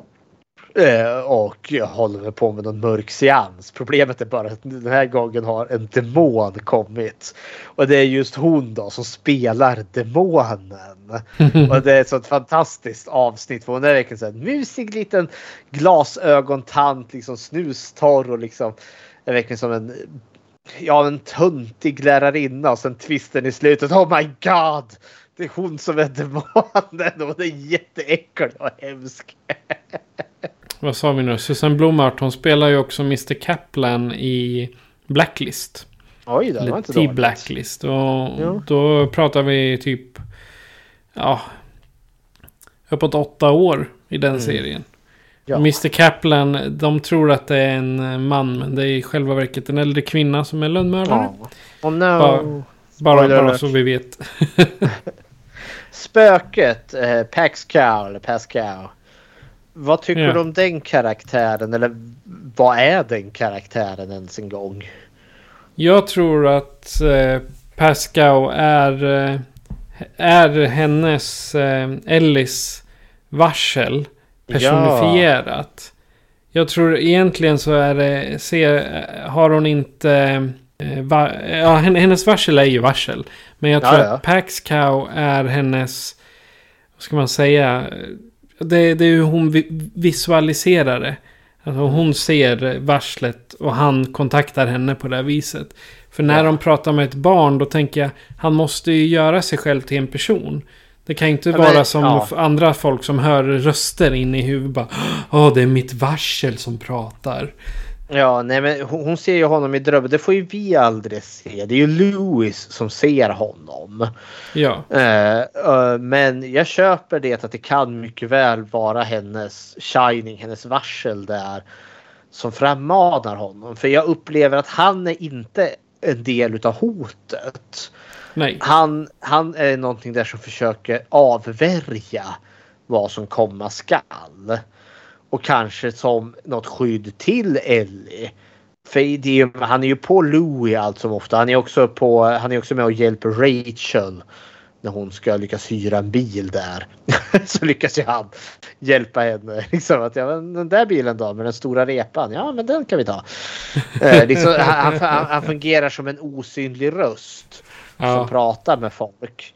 Och jag håller på med någon mörk seans. Problemet är bara att den här gången har en demon kommit. Och det är just hon då som spelar demonen. Och det är ett sånt fantastiskt avsnitt. För hon är verkligen så här musig liten glasögontant. Liksom snustorr och liksom är verkligen som en töntig lärarinna. Och sen twisten i slutet. Oh my god! Det är hon som är demonen. Och det är jätteäcklig och hemsk. Vad sa vi nu? Susan Blomart, hon spelar ju också Mr. Kaplan i Blacklist. Oj, det var inte dåligt. Blacklist. Och då pratar vi typ uppåt 8 år i den serien. Ja. Mr. Kaplan, de tror att det är en man, men det är i själva verket en äldre kvinna som är lönnmördare. Oh no. Bara så vi vet. Spöket, Pascal. Vad tycker du om den karaktären? Eller vad är den karaktären ens en gång? Jag tror att Pascal är hennes Ellis varsel personifierat. Jag tror egentligen så är det... har hon inte... hennes varsel är ju varsel. Men jag tror att Pascal är hennes... Vad ska man säga... Det är hur hon visualiserar det. Alltså hon ser varslet och han kontaktar henne på det här viset. För när de pratar med ett barn, då tänker jag, han måste ju göra sig själv till en person. Det kan inte vara som andra folk som hör röster in i huvudet. Bara, det är mitt varsel som pratar. Ja, nej men hon ser ju honom i drömmen. Det får ju vi aldrig se. Det är ju Louis som ser honom. Ja. Men jag köper det att det kan mycket väl vara hennes shining, hennes varsel där som frammanar honom. För jag upplever att han är inte en del utav hotet. Nej. Han är någonting där som försöker avvärja vad som komma skall. Och kanske som något skydd till Ellie. För han är ju på Louis allt som ofta. Han är också med och hjälper Rachel när hon ska lyckas hyra en bil där. Så lyckas ju han hjälpa henne. Liksom att, den där bilen då med den stora repan. Ja, men den kan vi ta. Liksom, han fungerar som en osynlig röst som pratar med folk.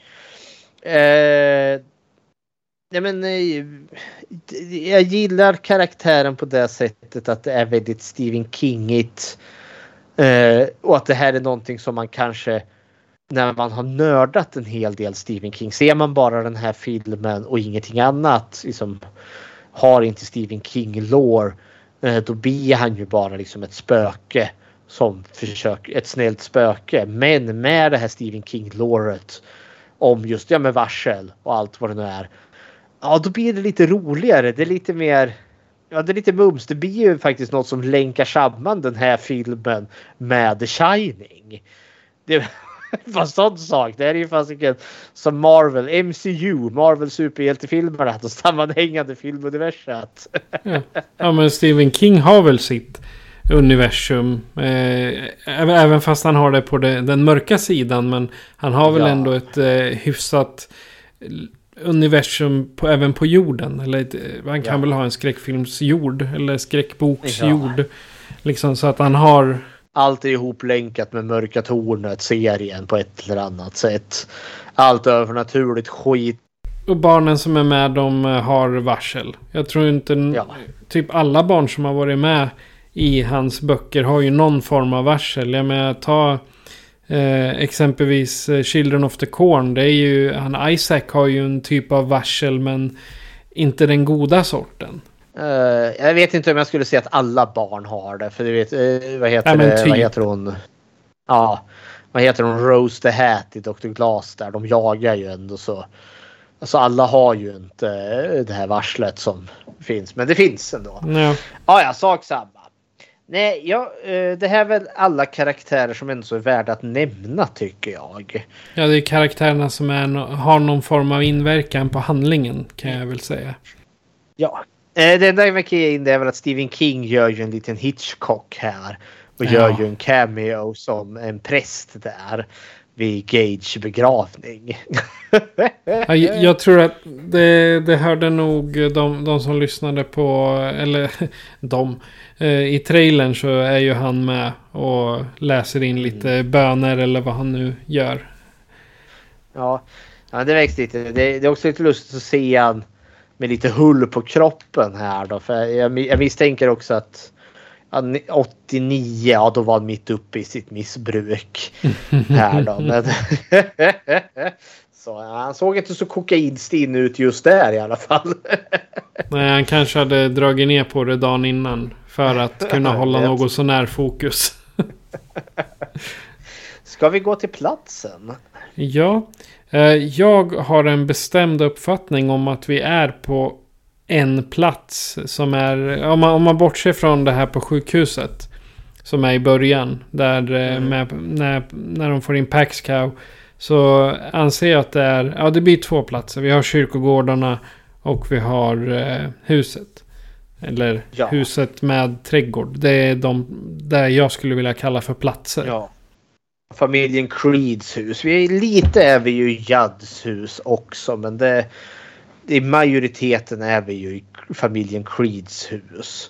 Jag gillar karaktären på det sättet att det är väldigt Stephen Kingigt. Och att det här är någonting som man kanske, när man har nördat en hel del Stephen King, ser man bara den här filmen och ingenting annat, liksom, har inte Stephen King-lore, då blir han ju bara liksom ett spöke som försöker, ett snällt spöke. Men med det här Stephen King-loret om just med varsel och allt vad det nu är, då blir det lite roligare. Det är lite mer... Ja, det är lite mums. Det blir ju faktiskt något som länkar samman den här filmen med The Shining. Det var sån sak. Det är ju fasiken som Marvel, MCU, Marvel superhjältefilmerna, och sammanhängande filmuniversat. Ja, men Stephen King har väl sitt universum. Även fast han har det på den mörka sidan. Men han har väl ändå ett hyfsat universum även på jorden. Eller han kan väl ha en skräckfilmsjord eller skräckboksjord. Liksom, så att han har... Allt är ihoplänkat med Mörka Tornet-serien på ett eller annat sätt. Allt övernaturligt skit. Och barnen som är med, de har varsel. Jag tror inte... Typ alla barn som har varit med i hans böcker har ju någon form av varsel. Jag menar, ta exempelvis Children of the Corn. Det är ju... Isaac har ju en typ av varsel, men inte den goda sorten. Jag vet inte om jag skulle säga att alla barn har det. För du vet, vad heter hon? Ja, vad heter hon? Rose the Hat i Dr. Glass där. De jagar ju ändå så. Alltså alla har ju inte det här varslet som finns. Men det finns ändå. Ja, sak samma. Nej, det här är väl alla karaktärer som ändå är värda att nämna tycker jag. Ja, det är karaktärerna som har någon form av inverkan på handlingen kan jag väl säga. Ja, det enda jag vill in det är väl att Stephen King gör ju en liten Hitchcock här. Och gör ju en cameo som en präst där vid Gage begravning. Ja, jag tror att det hörde nog de som lyssnade på, eller i trailern så är ju han med och läser in lite böner eller vad han nu gör. Ja, det växte lite. Det är också lite lustigt att se han med lite hull på kroppen här då. För jag misstänker också att 89, då var han mitt uppe i sitt missbruk här då. Men så han såg inte så kokainstinn ut just där i alla fall. Nej, han kanske hade dragit ner på det dagen innan för att kunna hålla något så när fokus. Ska vi gå till platsen? Ja, jag har en bestämd uppfattning om att vi är på en plats som är, om man bortser från det här på sjukhuset som är i början där när de får in Paxcow, så anser jag att det blir 2 platser. Vi har kyrkogårdarna och vi har huset. Eller huset med trädgård. Det är de där jag skulle vilja kalla för platser. Ja. Familjen Creeds hus. Lite är vi ju Judds hus också, men i majoriteten är vi ju i familjen Creeds hus.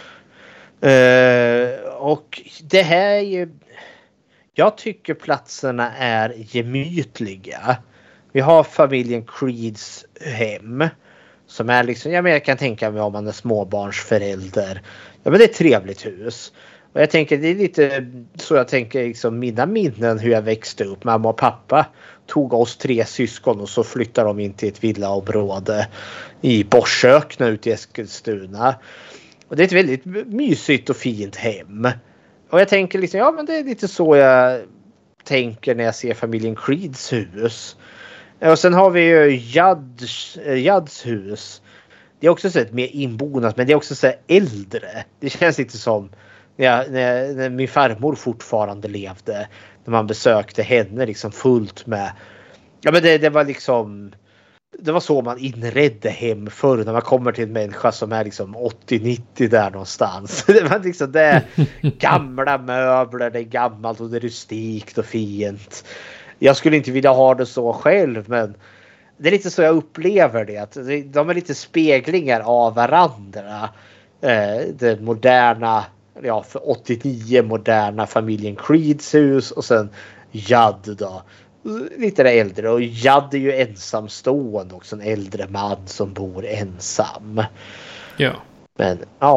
Och det här är ju... Jag tycker platserna är gemytliga. Vi har familjen Creeds hem. Som är liksom... Jag kan tänka mig om man är småbarnsförälder. Ja, men det är ett trevligt hus. Och jag tänker, det är lite så jag tänker liksom mina minnen hur jag växte upp. Mamma och pappa tog oss 3 syskon och så flyttade de in till ett villaområde i Borsökna ute i Eskilstuna. Och det är ett väldigt mysigt och fint hem. Och jag tänker liksom, men det är lite så jag tänker när jag ser familjen Creeds hus. Och sen har vi ju Judds hus. Det är också så ett mer inbonat, men det är också så äldre. Det känns lite som när min farmor fortfarande levde. När man besökte henne liksom fullt med... Ja, men det var liksom... Det var så man inredde hem förr. När man kommer till en människa som är liksom 80-90 där någonstans. Det var liksom det gamla möbler. Det är gammalt och det är rustikt och fint. Jag skulle inte vilja ha det så själv, men det är lite så jag upplever det. Att de är lite speglingar av varandra. Det moderna... för 89 moderna familjen Creeds hus och sen Judd då. Lite äldre, och Judd är ju ensamstående också, en äldre man som bor ensam. Ja. Men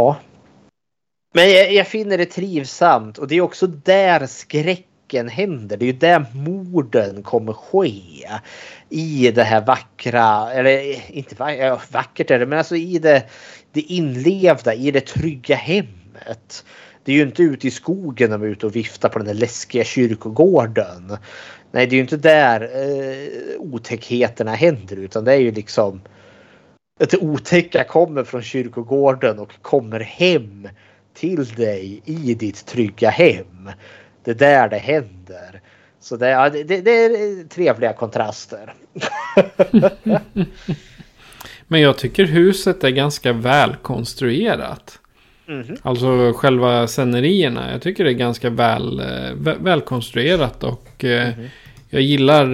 Men jag finner det trivsamt, och det är också där skräcken händer. Det är ju där morden kommer ske. I det här vackra, eller inte vackert är det, men alltså i det inlevda, i det trygga hemmet. Det är ju inte ute i skogen de är ute och viftar på den där läskiga kyrkogården. Nej, det är ju inte där otäckheterna händer, utan det är ju liksom att det otäcka kommer från kyrkogården och kommer hem till dig i ditt trygga hem. Det är där det händer. Så det är trevliga kontraster. Men jag tycker huset är ganska väl konstruerat. Mm-hmm. Alltså själva scenerierna. Jag tycker det är ganska väl konstruerat. Och jag gillar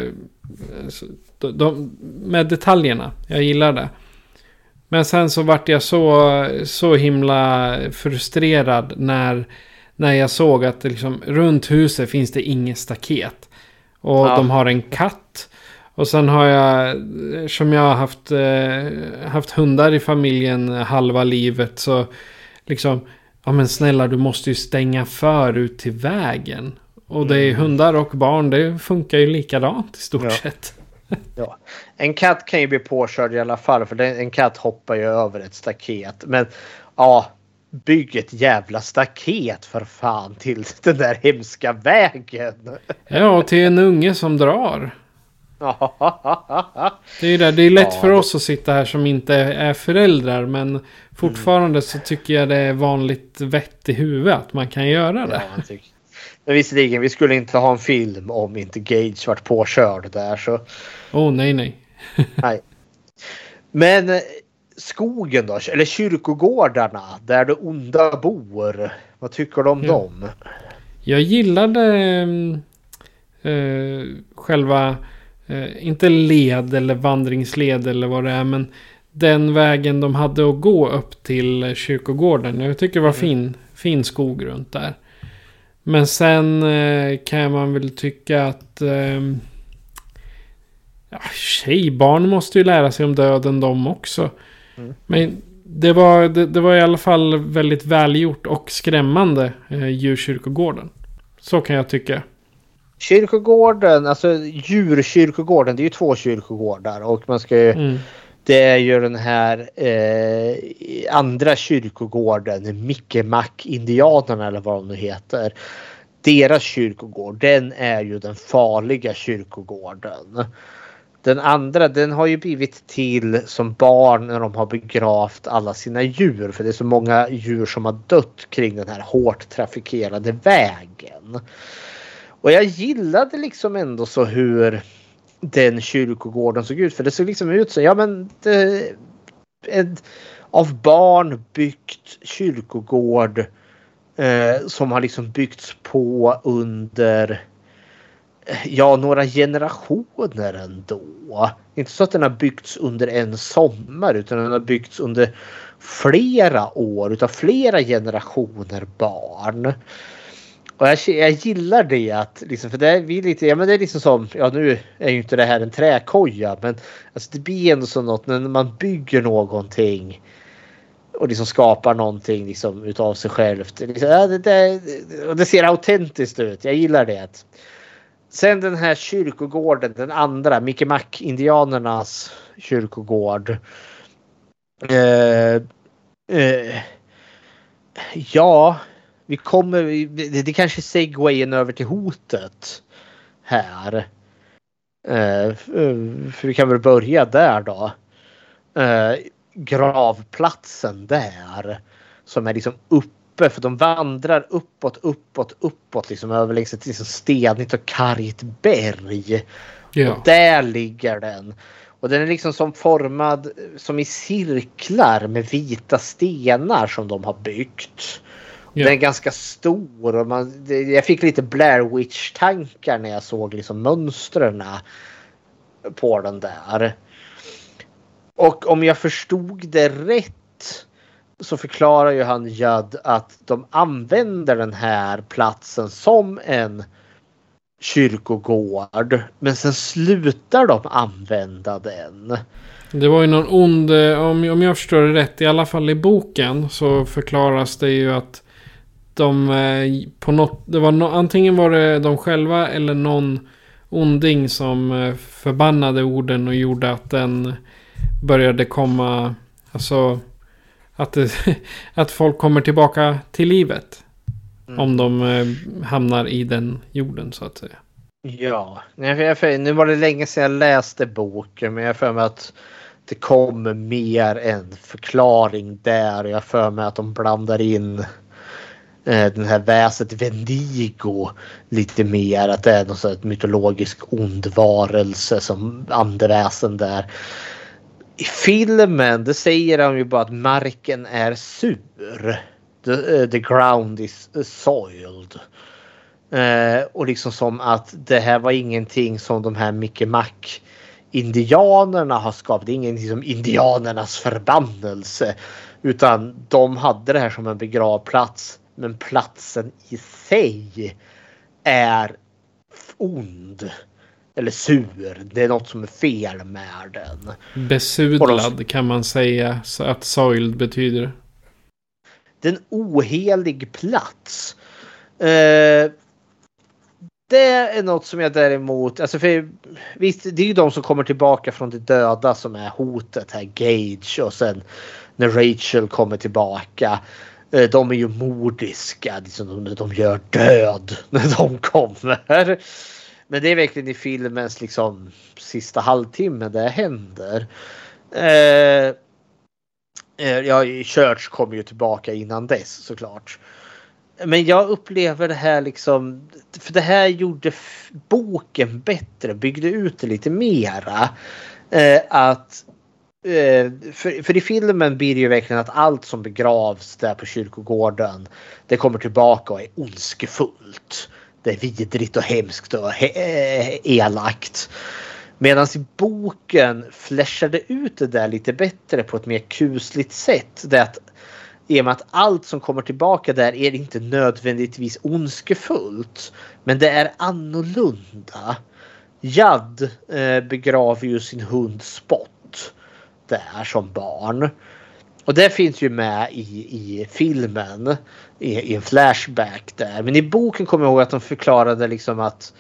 med detaljerna. Jag gillar det. Men sen så vart jag så himla frustrerad när jag såg att liksom, runt huset finns det ingen staket. Och de har en katt. Och sen har jag, som jag har haft hundar i familjen halva livet, så liksom, men snälla, du måste ju stänga för ut till vägen. Och det är hundar och barn, det funkar ju likadant i stort sett. Ja. En katt kan ju bli påkörd i alla fall, för en katt hoppar ju över ett staket. Men ja, bygg ett jävla staket för fan till den där hemska vägen. Ja, och till en unge som drar. Det är det. Det är lätt för oss att sitta här som inte är föräldrar, men fortfarande så tycker jag det är vanligt vett i huvudet att man kan göra det. Ja, men visserligen, vi skulle inte ha en film om inte Gage vart påkörd där, så... Nej. Nej. Men skogen då, eller kyrkogårdarna där det onda bor, vad tycker du om dem? Jag gillade själva, inte led eller vandringsled eller vad det är, men den vägen de hade att gå upp till kyrkogården. Jag tycker det var fin skog runt där. Men sen kan man väl tycka att barn måste ju lära sig om döden de också. Men det var i alla fall väldigt välgjort och skrämmande djurkyrkogården. Så kan jag tycka. Kyrkogården, alltså djurkyrkogården, det är ju 2 kyrkogårdar och man ska ju, det är ju den här andra kyrkogården, Mi'kmaq-indianerna eller vad de nu heter. Deras kyrkogård, den är ju den farliga kyrkogården. Den andra, den har ju blivit till som barn när de har begravt alla sina djur. För det är så många djur som har dött kring den här hårt trafikerade vägen. Och jag gillade liksom ändå så hur den kyrkogården såg ut. För det såg liksom ut så, av barn byggt kyrkogård som har liksom byggts på under några generationer ändå. Inte så att den har byggts under en sommar, utan den har byggts under flera år utav flera generationer barn. Och jag gillar det att liksom, för det är lite, men det är liksom som, nu är ju inte det här en träkoja, men alltså det blir ändå så något när man bygger någonting och liksom skapar någonting liksom utav sig självt. Det ser autentiskt ut. Jag gillar det. Sen den här kyrkogården, den andra, Mi'kmaq-indianernas kyrkogård. Vi kommer, det kanske segwayen över till hotet här. För vi kan väl börja där då. Gravplatsen där som är liksom uppe, för de vandrar uppåt liksom över längs ett liksom stenigt och kargt berg. Ja. Och där ligger den. Och den är liksom som formad som i cirklar med vita stenar som de har byggt. Ja. Den är ganska stor och jag fick lite Blair Witch-tankar när jag såg liksom mönstren på den där. Och om jag förstod det rätt så förklarar ju han Judd att de använder den här platsen som en kyrkogård, men sen slutar de använda den. Det var ju någon ond, om jag förstår det rätt, i alla fall i boken så förklaras det ju att de på något, det var antingen var det de själva eller någon onding som förbannade orden och gjorde att den började komma, alltså att folk kommer tillbaka till livet om de hamnar i den jorden så att säga. Ja, nu var det länge sedan jag läste boken, men jag för mig att det kommer mer en förklaring där. Jag för mig att de blandar in den här väset Wendigo lite mer, att det är någon sån här mytologisk ond varelse som andeväsen där. I filmen, det säger de ju bara att marken är sur. The ground is soiled. Och liksom som att det här var ingenting som de här Mi'kmaq-indianerna har skapat. Det är ingenting som indianernas förbannelse. Utan de hade det här som en begravplats. Men platsen i sig är ond. Eller sur. Det är något som är fel med den. Besudlad kan man säga så att soiled betyder. Det är en ohelig plats. det är något som jag däremot... Alltså för, visst, det är ju de som kommer tillbaka från de döda som är hotet här. Gage och sen när Rachel kommer tillbaka. De är ju mordiska. De gör död när de kommer. Men det är verkligen i filmens liksom, sista halvtimme det händer. Church kommer ju tillbaka innan dess såklart. Men jag upplever det här liksom, för det här gjorde boken bättre, byggde ut det lite mera. För i filmen blir det ju verkligen att allt som begravs där på kyrkogården, det kommer tillbaka och är ondskefullt. Det är vidrigt och hemskt och elakt. Medan i boken flashade ut det där lite bättre på ett mer kusligt sätt. Det att i och med att allt som kommer tillbaka där är inte nödvändigtvis ondskefullt. Men det är annorlunda. Judd begraver ju sin hund Spot där som barn. Och det finns ju med i filmen i en flashback där. Men i boken kommer jag ihåg att de förklarade liksom att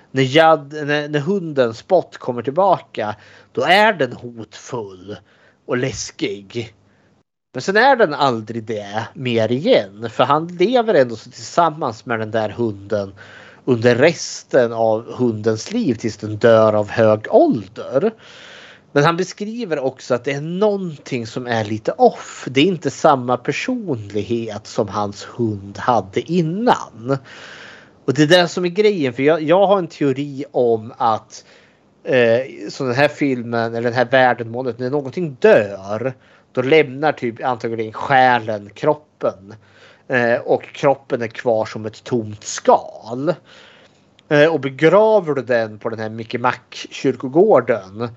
när hunden Spot kommer tillbaka, då är den hotfull och läskig. Men sen är den aldrig det mer igen. För han lever ändå så tillsammans med den där hunden under resten av hundens liv tills den dör av hög ålder. Men han beskriver också att det är någonting som är lite off. Det är inte samma personlighet som hans hund hade innan. Och det är det som är grejen. För jag har en teori om att så den här filmen eller den här världen, när någonting dör, då lämnar typ antagligen själen kroppen. Och kroppen är kvar som ett tomt skal. Och begraver du den på den här Mickey Mac-kyrkogården,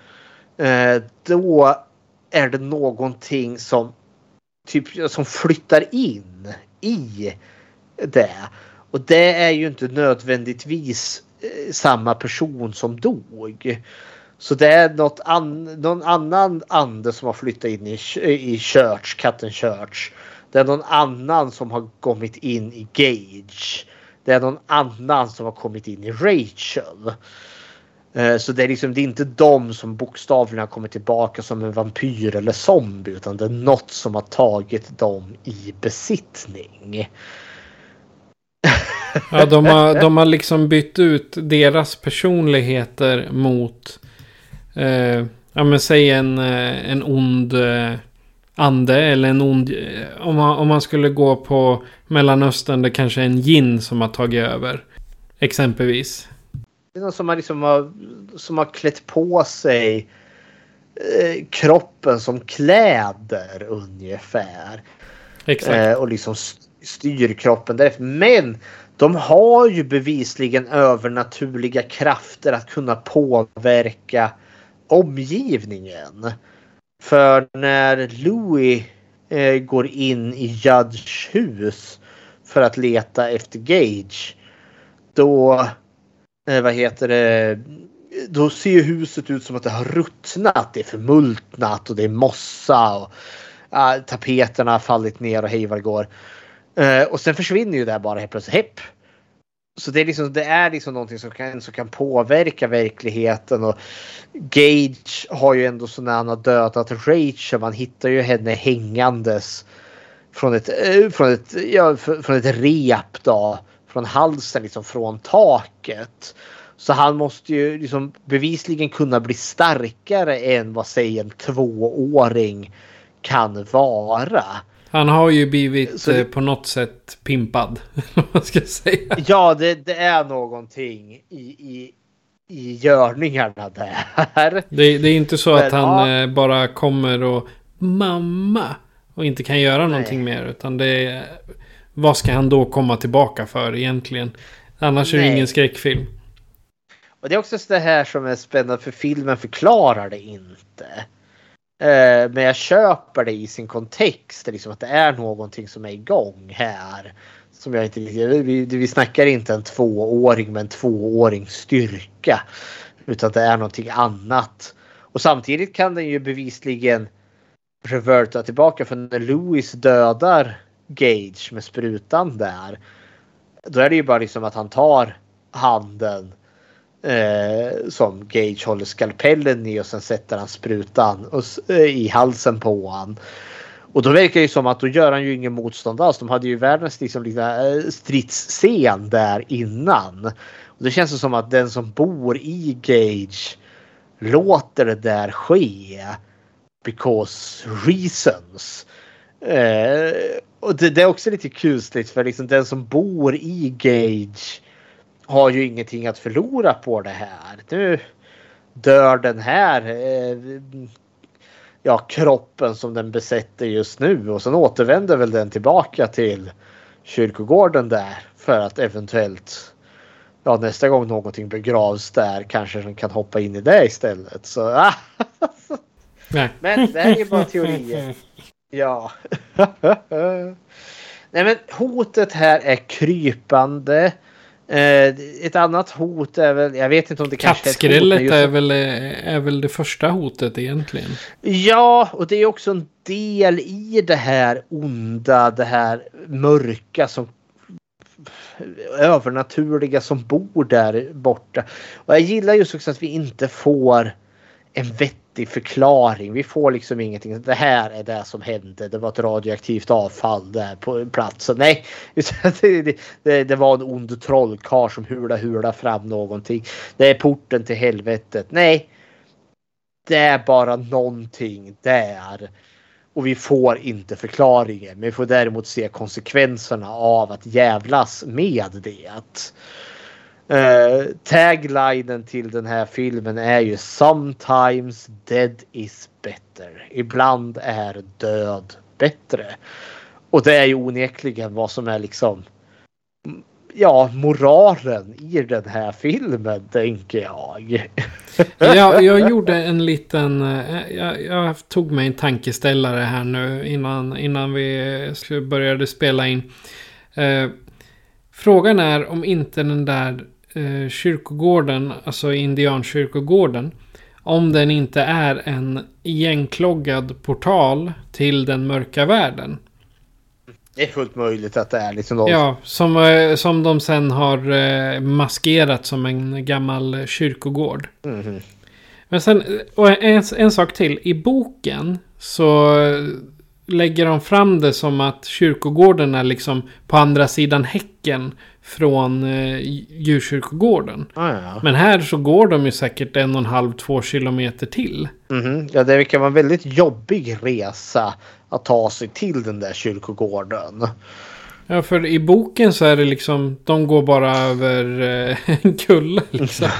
då är det någonting som flyttar in i det. Och det är ju inte nödvändigtvis samma person som dog. Så det är någon annan ande som har flyttat in i Church, katten Church. Det är någon annan som har kommit in i Gage. Det är någon annan som har kommit in i Rachel. Så det är liksom, det är inte de som bokstavligen har kommit tillbaka som en vampyr eller zombie, utan det är något som har tagit dem i besittning. Ja, de har liksom bytt ut deras personligheter mot säg en ond ande eller en ond, om man skulle gå på Mellanöstern, det kanske är en jinn som har tagit över exempelvis. Det är någon som har klätt på sig kroppen som kläder ungefär. Exakt. Och liksom styr kroppen därefter. Men de har ju bevisligen övernaturliga krafter att kunna påverka omgivningen. För när Louis går in i Judds hus för att leta efter Gage, då då ser huset ut som att det har ruttnat. Det är förmultnat och det är mossa och tapeterna har fallit ner och hej vad det går. Och sen försvinner ju det bara helt plötsligt. Så det är liksom någonting som kan påverka verkligheten. Och Gage har ju ändå, så när han har dödat Rachel, man hittar ju henne hängandes från ett rep då, från halsen, liksom från taket. Så han måste ju liksom bevisligen kunna bli starkare än vad säg en 2-åring kan vara. Han har ju blivit på något sätt pimpad, vad ska jag säga. Ja, det är någonting i görningarna där. Det är inte så att han bara kommer och mamma och inte kan göra någonting mer, utan det är, vad ska han då komma tillbaka för egentligen? Annars är det ingen skräckfilm. Och det är också det här som är spännande, för filmen förklarar det inte. Men jag köper det i sin kontext. Det är liksom att det är någonting som är igång här. Som jag inte vi snackar inte en 2-åring med en 2-årings styrka. Utan det är någonting annat. Och samtidigt kan den ju bevisligen reverta tillbaka. För när Louis dödar Gage med sprutan där, då är det ju bara liksom att han tar handen som Gage håller skalpellen i och sen sätter han sprutan i halsen på han. Och då verkar det som att då gör han ju ingen motstånd alls. De hade ju världens stridsscen där innan. Och det känns som att den som bor i Gage låter det där ske because reasons. Och det är också lite kusligt för liksom den som bor i Gage har ju ingenting att förlora på det här. Nu dör den här kroppen som den besätter just nu och sen återvänder väl den tillbaka till kyrkogården där för att eventuellt nästa gång någonting begravs där kanske den kan hoppa in i det istället. Så Nej. Men det här är bara teorier. Ja. Nej, men hotet här är krypande. Ett annat hot är väl, jag vet inte om det kanske kattskrället är väl det första hotet egentligen. Ja, och det är också en del i det här onda, det här mörka som övernaturliga som bor där borta. Och jag gillar just också att vi inte får en vettig förklaring. Vi får liksom ingenting. Det här är det som hände. Det var ett radioaktivt avfall där på platsen. Nej, det var en ond trollkarl som hula fram någonting. Det är porten till helvetet. Nej, det är bara någonting där. Och vi får inte förklaringen. Men vi får däremot se konsekvenserna av att jävlas med det. Taglinen till den här filmen är ju sometimes dead is better. Ibland är död bättre. Och det är ju onekligen vad som är liksom moralen i den här filmen, tänker jag. Jag gjorde en liten jag tog mig en tankeställare här nu innan vi började spela in. Frågan är om inte den där kyrkogården, alltså indiankyrkogården, om den inte är en igenkloggad portal till den mörka världen. Det är fullt möjligt att det är liksom något. Ja, som de sen har maskerat som en gammal kyrkogård. Mm-hmm. Men sen, och en sak till. I boken så lägger de fram det som att kyrkogården är liksom på andra sidan häcken från djurkyrkogården. Ja. Men här så går de ju säkert 1,5-2 kilometer till. Mm-hmm. Ja, det kan vara en väldigt jobbig resa att ta sig till den där kyrkogården. Ja, för i boken så är det liksom, de går bara över en kulle liksom.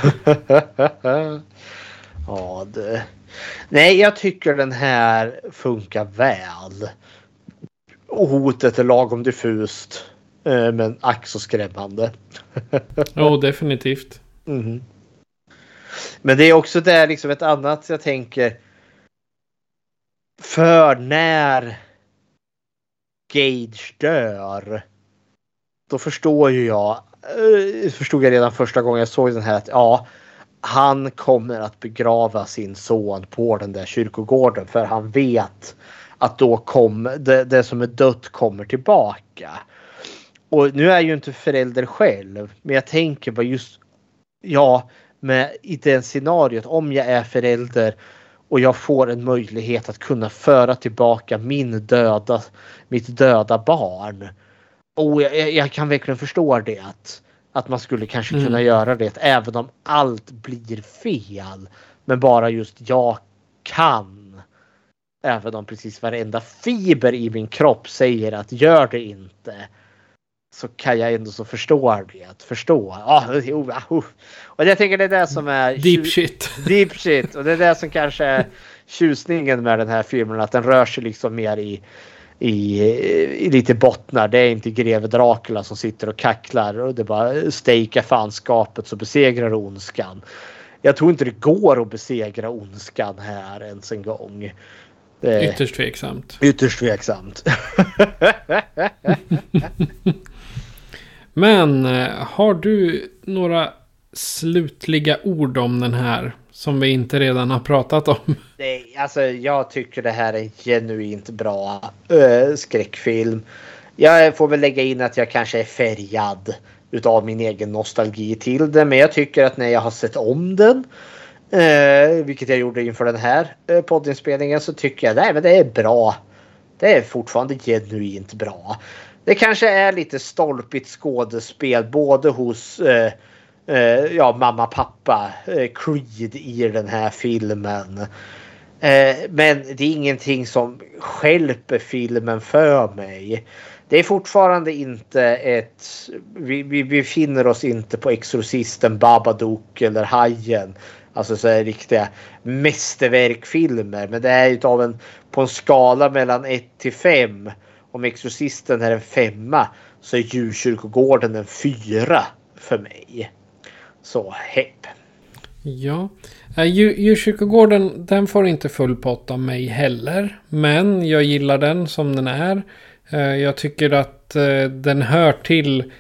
Ja, nej, jag tycker den här funkar väl. Och hotet är lagom diffust. Men ack så skrämmande. Definitivt. Mm. Men det är också där liksom ett annat jag tänker. För när Gage dör, då förstod jag redan första gången jag såg den här att han kommer att begrava sin son på den där kyrkogården, för han vet att då det som är dött kommer tillbaka. Och nu är jag ju inte förälder själv, men jag tänker bara just med i det scenariot, om jag är förälder och jag får en möjlighet att kunna föra tillbaka mitt döda barn. Och jag kan verkligen förstå det. Att man skulle kanske kunna göra det. Även om allt blir fel. Men bara just jag kan. Även om precis varenda fiber i min kropp säger att gör det inte. Så kan jag ändå så förstå det. Och jag tänker det är det som är deep shit. Och det är det som kanske är tjusningen med den här filmen. Att den rör sig liksom mer i lite bottnar. Det är inte greve Dracula som sitter och kacklar. Och det bara stejkar fanskapet så besegrar ondskan. Jag tror inte det går att besegra ondskan här ens en gång. Ytterst tveksamt. Men har du några slutliga ord om den här som vi inte redan har pratat om? Nej, alltså jag tycker det här är en genuint bra skräckfilm. Jag får väl lägga in att jag kanske är färgad utav min egen nostalgi till det. Men jag tycker att när jag har sett om den, vilket jag gjorde inför den här poddinspelningen, så tycker jag att det är bra. Det är fortfarande genuint bra. Det kanske är lite stolpigt skådespel både hos mamma, pappa, Creed i den här filmen. Men det är ingenting som stjälper filmen för mig. Det är fortfarande inte vi befinner oss inte på Exorcisten, Babadook eller Hajen. Alltså så är riktiga mästerverkfilmer. Men det är på en skala mellan 1 till 5. Om Exorcisten är en 5, så är Djurkyrkogården en 4 för mig. Så hepp. Ja, Djurkyrkogården, den får inte full pott av mig heller. Men jag gillar den som den är. Jag tycker att den hör till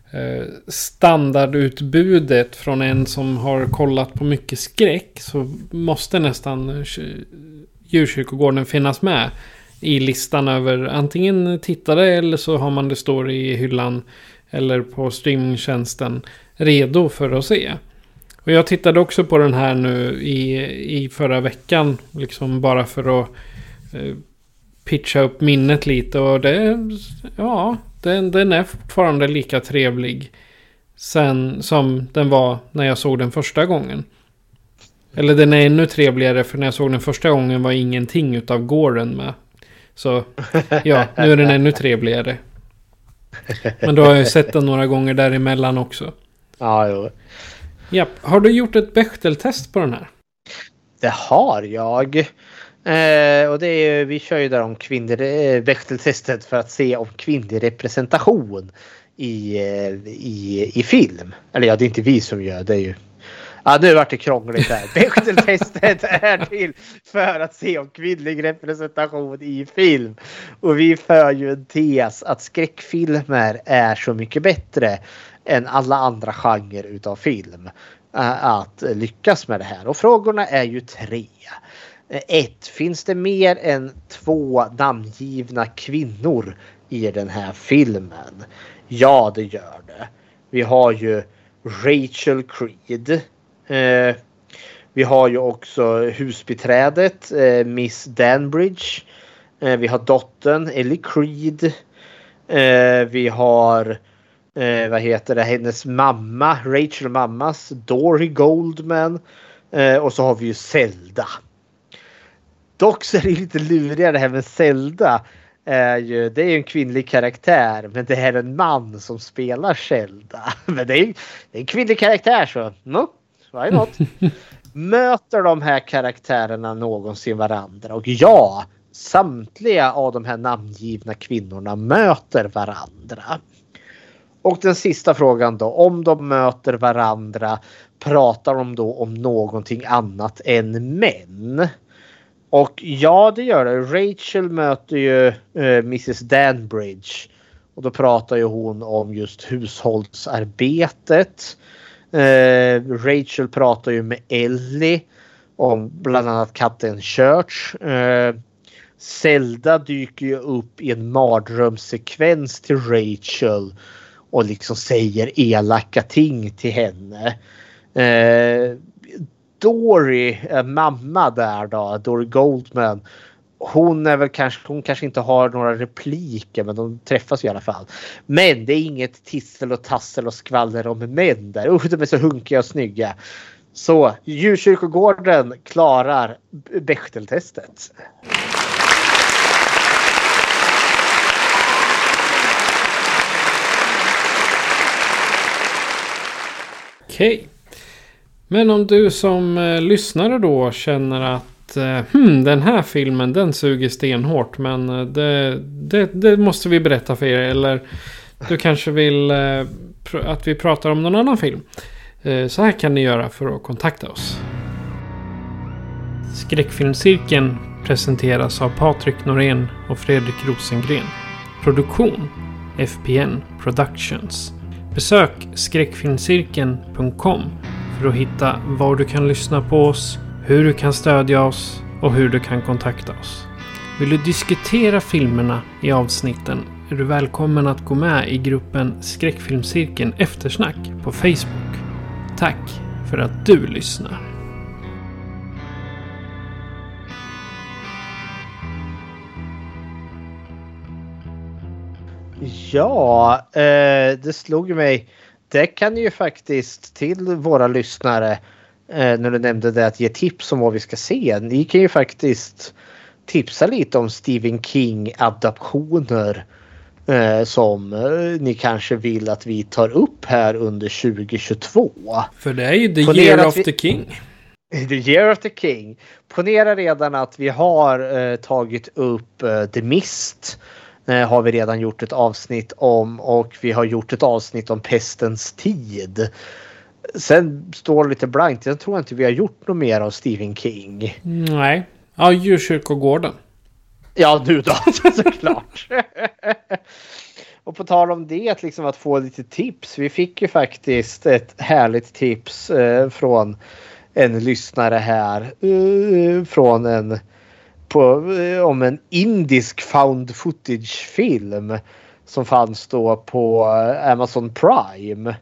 standardutbudet från en som har kollat på mycket skräck. Så måste nästan Djurkyrkogården finnas med i listan över antingen tittare, eller så har man det står i hyllan eller på streamingtjänsten redo för att se. Och jag tittade också på den här nu i förra veckan, liksom bara för att pitcha upp minnet lite, och den är fortfarande lika trevlig sen som den var när jag såg den första gången. Eller den är ännu trevligare, för när jag såg den första gången var ingenting utav gården med. Så ja, nu är den ännu trevligare. Men då har jag ju sett den några gånger däremellan också. Ja, jo. Japp. Har du gjort ett Bechdel-test på den här? Det har jag. Och det är, vi kör ju där om Bechdel-testet för att se om kvinnlig representation i film. Eller ja, det är inte vi som gör det, är ju. Ja, nu vart det krångligt där. Bechdel-testet är till för att se om kvinnlig representation i film. Och vi för ju en tes att skräckfilmer är så mycket bättre än alla andra genrer utav film att lyckas med det här. Och frågorna är ju 3. 1. Finns det mer än 2 namngivna kvinnor i den här filmen? Ja, det gör det. Vi har ju Rachel Creed. Vi har ju också husbiträdet Miss Danbridge. Vi har dottern Ellie Creed. Vi har hennes mamma, Rachel mammas, Dory Goldman. Och så har vi ju Zelda. Dock så är det lite lurigare det här med Zelda. Det är ju en kvinnlig karaktär, men det är en man som spelar Zelda. Men det är en kvinnlig karaktär, så why not? Möter de här karaktärerna någonsin varandra? Och ja, samtliga av de här namngivna kvinnorna möter varandra. Och den sista frågan då, om de möter varandra, pratar de då om någonting annat än män? Och ja, det gör det. Rachel möter ju Mrs. Danbridge. Och då pratar ju hon om just hushållsarbetet. Rachel pratar ju med Ellie om bland annat katten Church. Zelda dyker ju upp i en mardrömssekvens till Rachel och liksom säger elaka ting till henne. Dory, mamma där då, Dory Goldman, hon kanske inte har några repliker, men de träffas i alla fall. Men det är inget tissel och tassel och skvaller om män där. De är så hunkiga och snygga. Så Djurkyrkogården klarar Bechdel-testet. Okej. Men om du som lyssnare då känner att den här filmen, den suger stenhårt, men det måste vi berätta för er, eller du kanske vill att vi pratar om någon annan film, så här kan ni göra för att kontakta oss. Skräckfilmscirkeln presenteras av Patrik Norén och Fredrik Rosengren. Produktion FPN Productions. Besök skräckfilmscirkeln.com för att hitta var du kan lyssna på oss, hur du kan stödja oss och hur du kan kontakta oss. Vill du diskutera filmerna i avsnitten är du välkommen att gå med i gruppen Skräckfilmscirkeln Eftersnack på Facebook. Tack för att du lyssnar. Ja, det slog mig. Det kan ju faktiskt till våra lyssnare när du nämnde det att ge tips om vad vi ska se. Ni kan ju faktiskt tipsa lite om Stephen King adaptioner som ni kanske vill att vi tar upp här under 2022. För det är ju The Year of the King. The Year of the King. Ponera redan att vi har tagit upp The Mist. Har vi redan gjort ett avsnitt om, och vi har gjort ett avsnitt om Pestens tid. Sen står det lite blankt. Jag tror inte vi har gjort något mer av Stephen King. Nej. Ja, Djurkyrkogården. Ja, nu då. Såklart. Och på tal om det, liksom att få lite tips. Vi fick ju faktiskt ett härligt tips från en lyssnare här. Från om en indisk found footage-film som fanns då på Amazon Prime.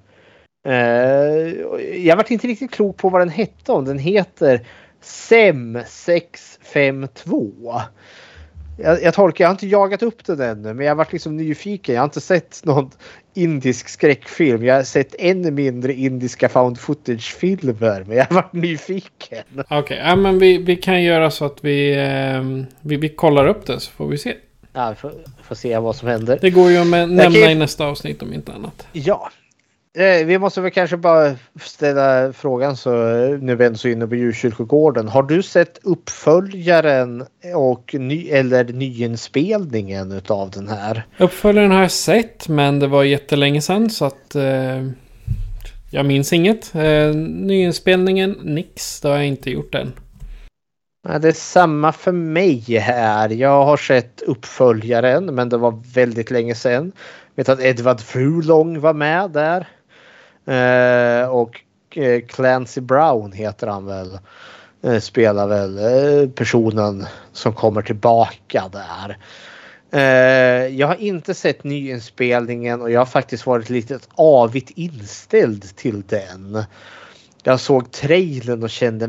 Jag var inte riktigt klok på vad den hette. Om den heter SEM 652. Jag tolkar, jag har inte jagat upp den ännu, men jag har varit liksom nyfiken. Jag har inte sett någon indisk skräckfilm. Jag har sett ännu mindre indiska found footage-filmer, men jag har varit nyfiken. Okej, ja, men vi kan göra så att vi kollar upp det, så får vi se. Ja, får se vad som händer. Det går ju att nämna i nästa avsnitt om inte annat. Ja. Vi måste väl kanske bara ställa frågan, så nu är vi så inne på Djurkyrkogården. Har du sett uppföljaren och nyinspelningen utav den här? Uppföljaren har jag sett, men det var jättelänge sedan så att jag minns inget. Nyinspelningen, nix, det har jag inte gjort än. Ja, det är samma för mig här. Jag har sett uppföljaren, men det var väldigt länge sedan. Jag vet att Edward Furlong var med där. Och Clancy Brown heter han väl. Spelar väl personen som kommer tillbaka där. Jag har inte sett nyinspelningen, och jag har faktiskt varit lite avigt inställd till den. Jag såg trailern och kände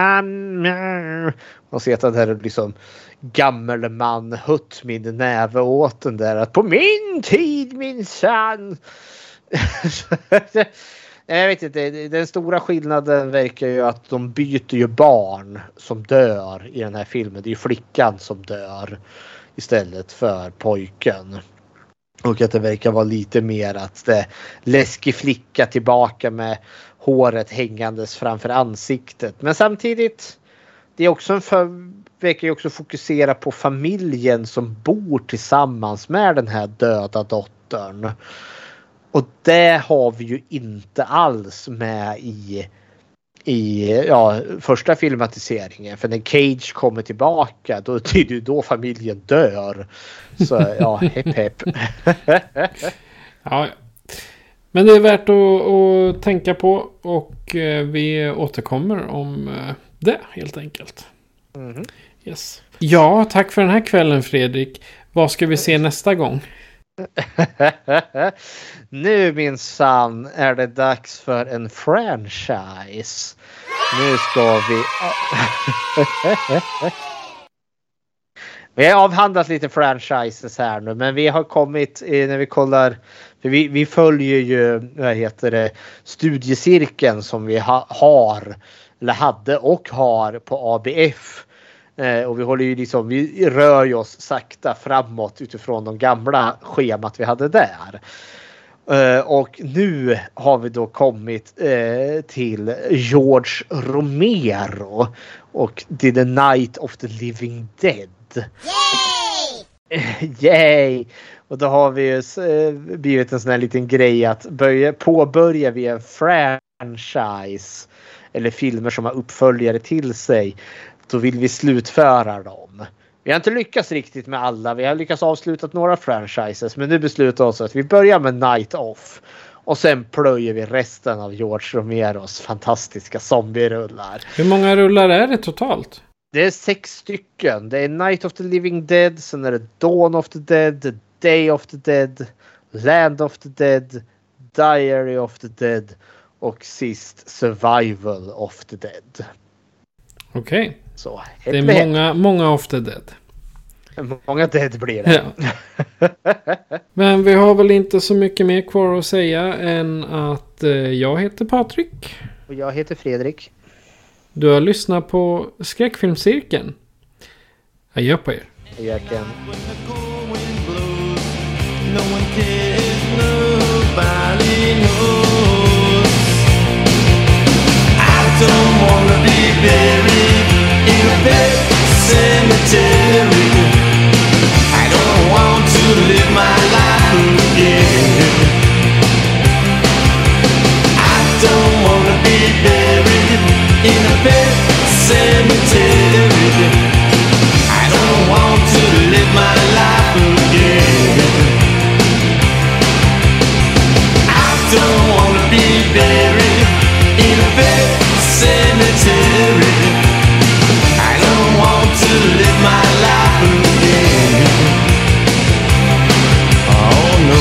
och så att det här liksom gammal man hött min näve åt den där att på min tid minsann. Jag vet inte, den stora skillnaden verkar ju att de byter ju barn som dör i den här filmen. Det är ju flickan som dör istället för pojken. Och att det verkar vara lite mer att det läskig flicka tillbaka med håret hängandes framför ansiktet. Men samtidigt, det är också verkar ju också fokusera på familjen som bor tillsammans med den här döda dottern. Och det har vi ju inte alls med i första filmatiseringen. För när Cage kommer tillbaka, då är det då familjen dör. Så ja, hepp. Ja. Men det är värt att tänka på, och vi återkommer om det helt enkelt. Mm-hmm. Yes. Ja, tack för den här kvällen, Fredrik. Vad ska vi se nästa gång? Nu minsann är det dags för en franchise. Nu ska vi... Vi har avhandlat lite franchises här nu, men vi har kommit när vi kollar, för vi följer ju studiecirkeln som vi har eller hade och har på ABF. Och vi håller ju liksom, vi rör oss sakta framåt utifrån de gamla schemat vi hade där. Och nu har vi då kommit till George Romero och The Night of the Living Dead. Yay! Och då har vi ju blivit en sån här liten grej att påbörja vi en franchise eller filmer som har uppföljare till sig, då vill vi slutföra dem. Vi har inte lyckats riktigt med alla. Vi har lyckats avsluta några franchises, men nu beslutar vi oss att vi börjar med Night Of. Och sen plöjer vi resten av George Romeros fantastiska zombie-rullar. Hur många rullar är det totalt? Det är 6 stycken. Det är Night of the Living Dead, sen är det Dawn of the Dead, Day of the Dead, Land of the Dead, Diary of the Dead och sist Survival of the Dead. Okej. Så det är många of the Dead. Många Dead blir det. Ja. Men vi har väl inte så mycket mer kvar att säga än att jag heter Patrik. Och jag heter Fredrik. Du har lyssnat på Skräckfilmscirkeln. Jag gör på er. Jag kan. No one cares, nobody knows. I don't wanna be buried in a pet cemetery. I don't want to live my life again. I don't wanna be buried in a pet cemetery. I don't want to live my life again. I don't wanna be buried in a pet cemetery. I don't want to live my life again. Oh no.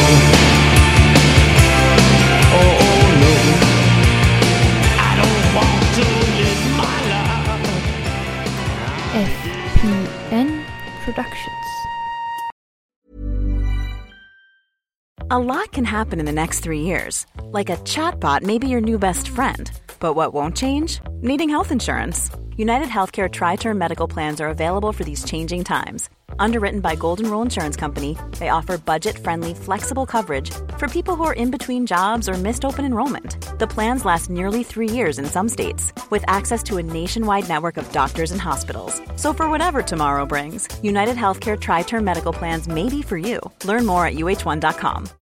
Oh no. I don't want to live my life. FPN Productions. A lot can happen in the next 3 years. Like a chatbot may be your new best friend. But what won't change? Needing health insurance. United Healthcare Tri-Term Medical Plans are available for these changing times. Underwritten by Golden Rule Insurance Company, they offer budget-friendly, flexible coverage for people who are in between jobs or missed open enrollment. The plans last nearly 3 years in some states, with access to a nationwide network of doctors and hospitals. So for whatever tomorrow brings, United Healthcare Tri-Term Medical Plans may be for you. Learn more at uh1.com.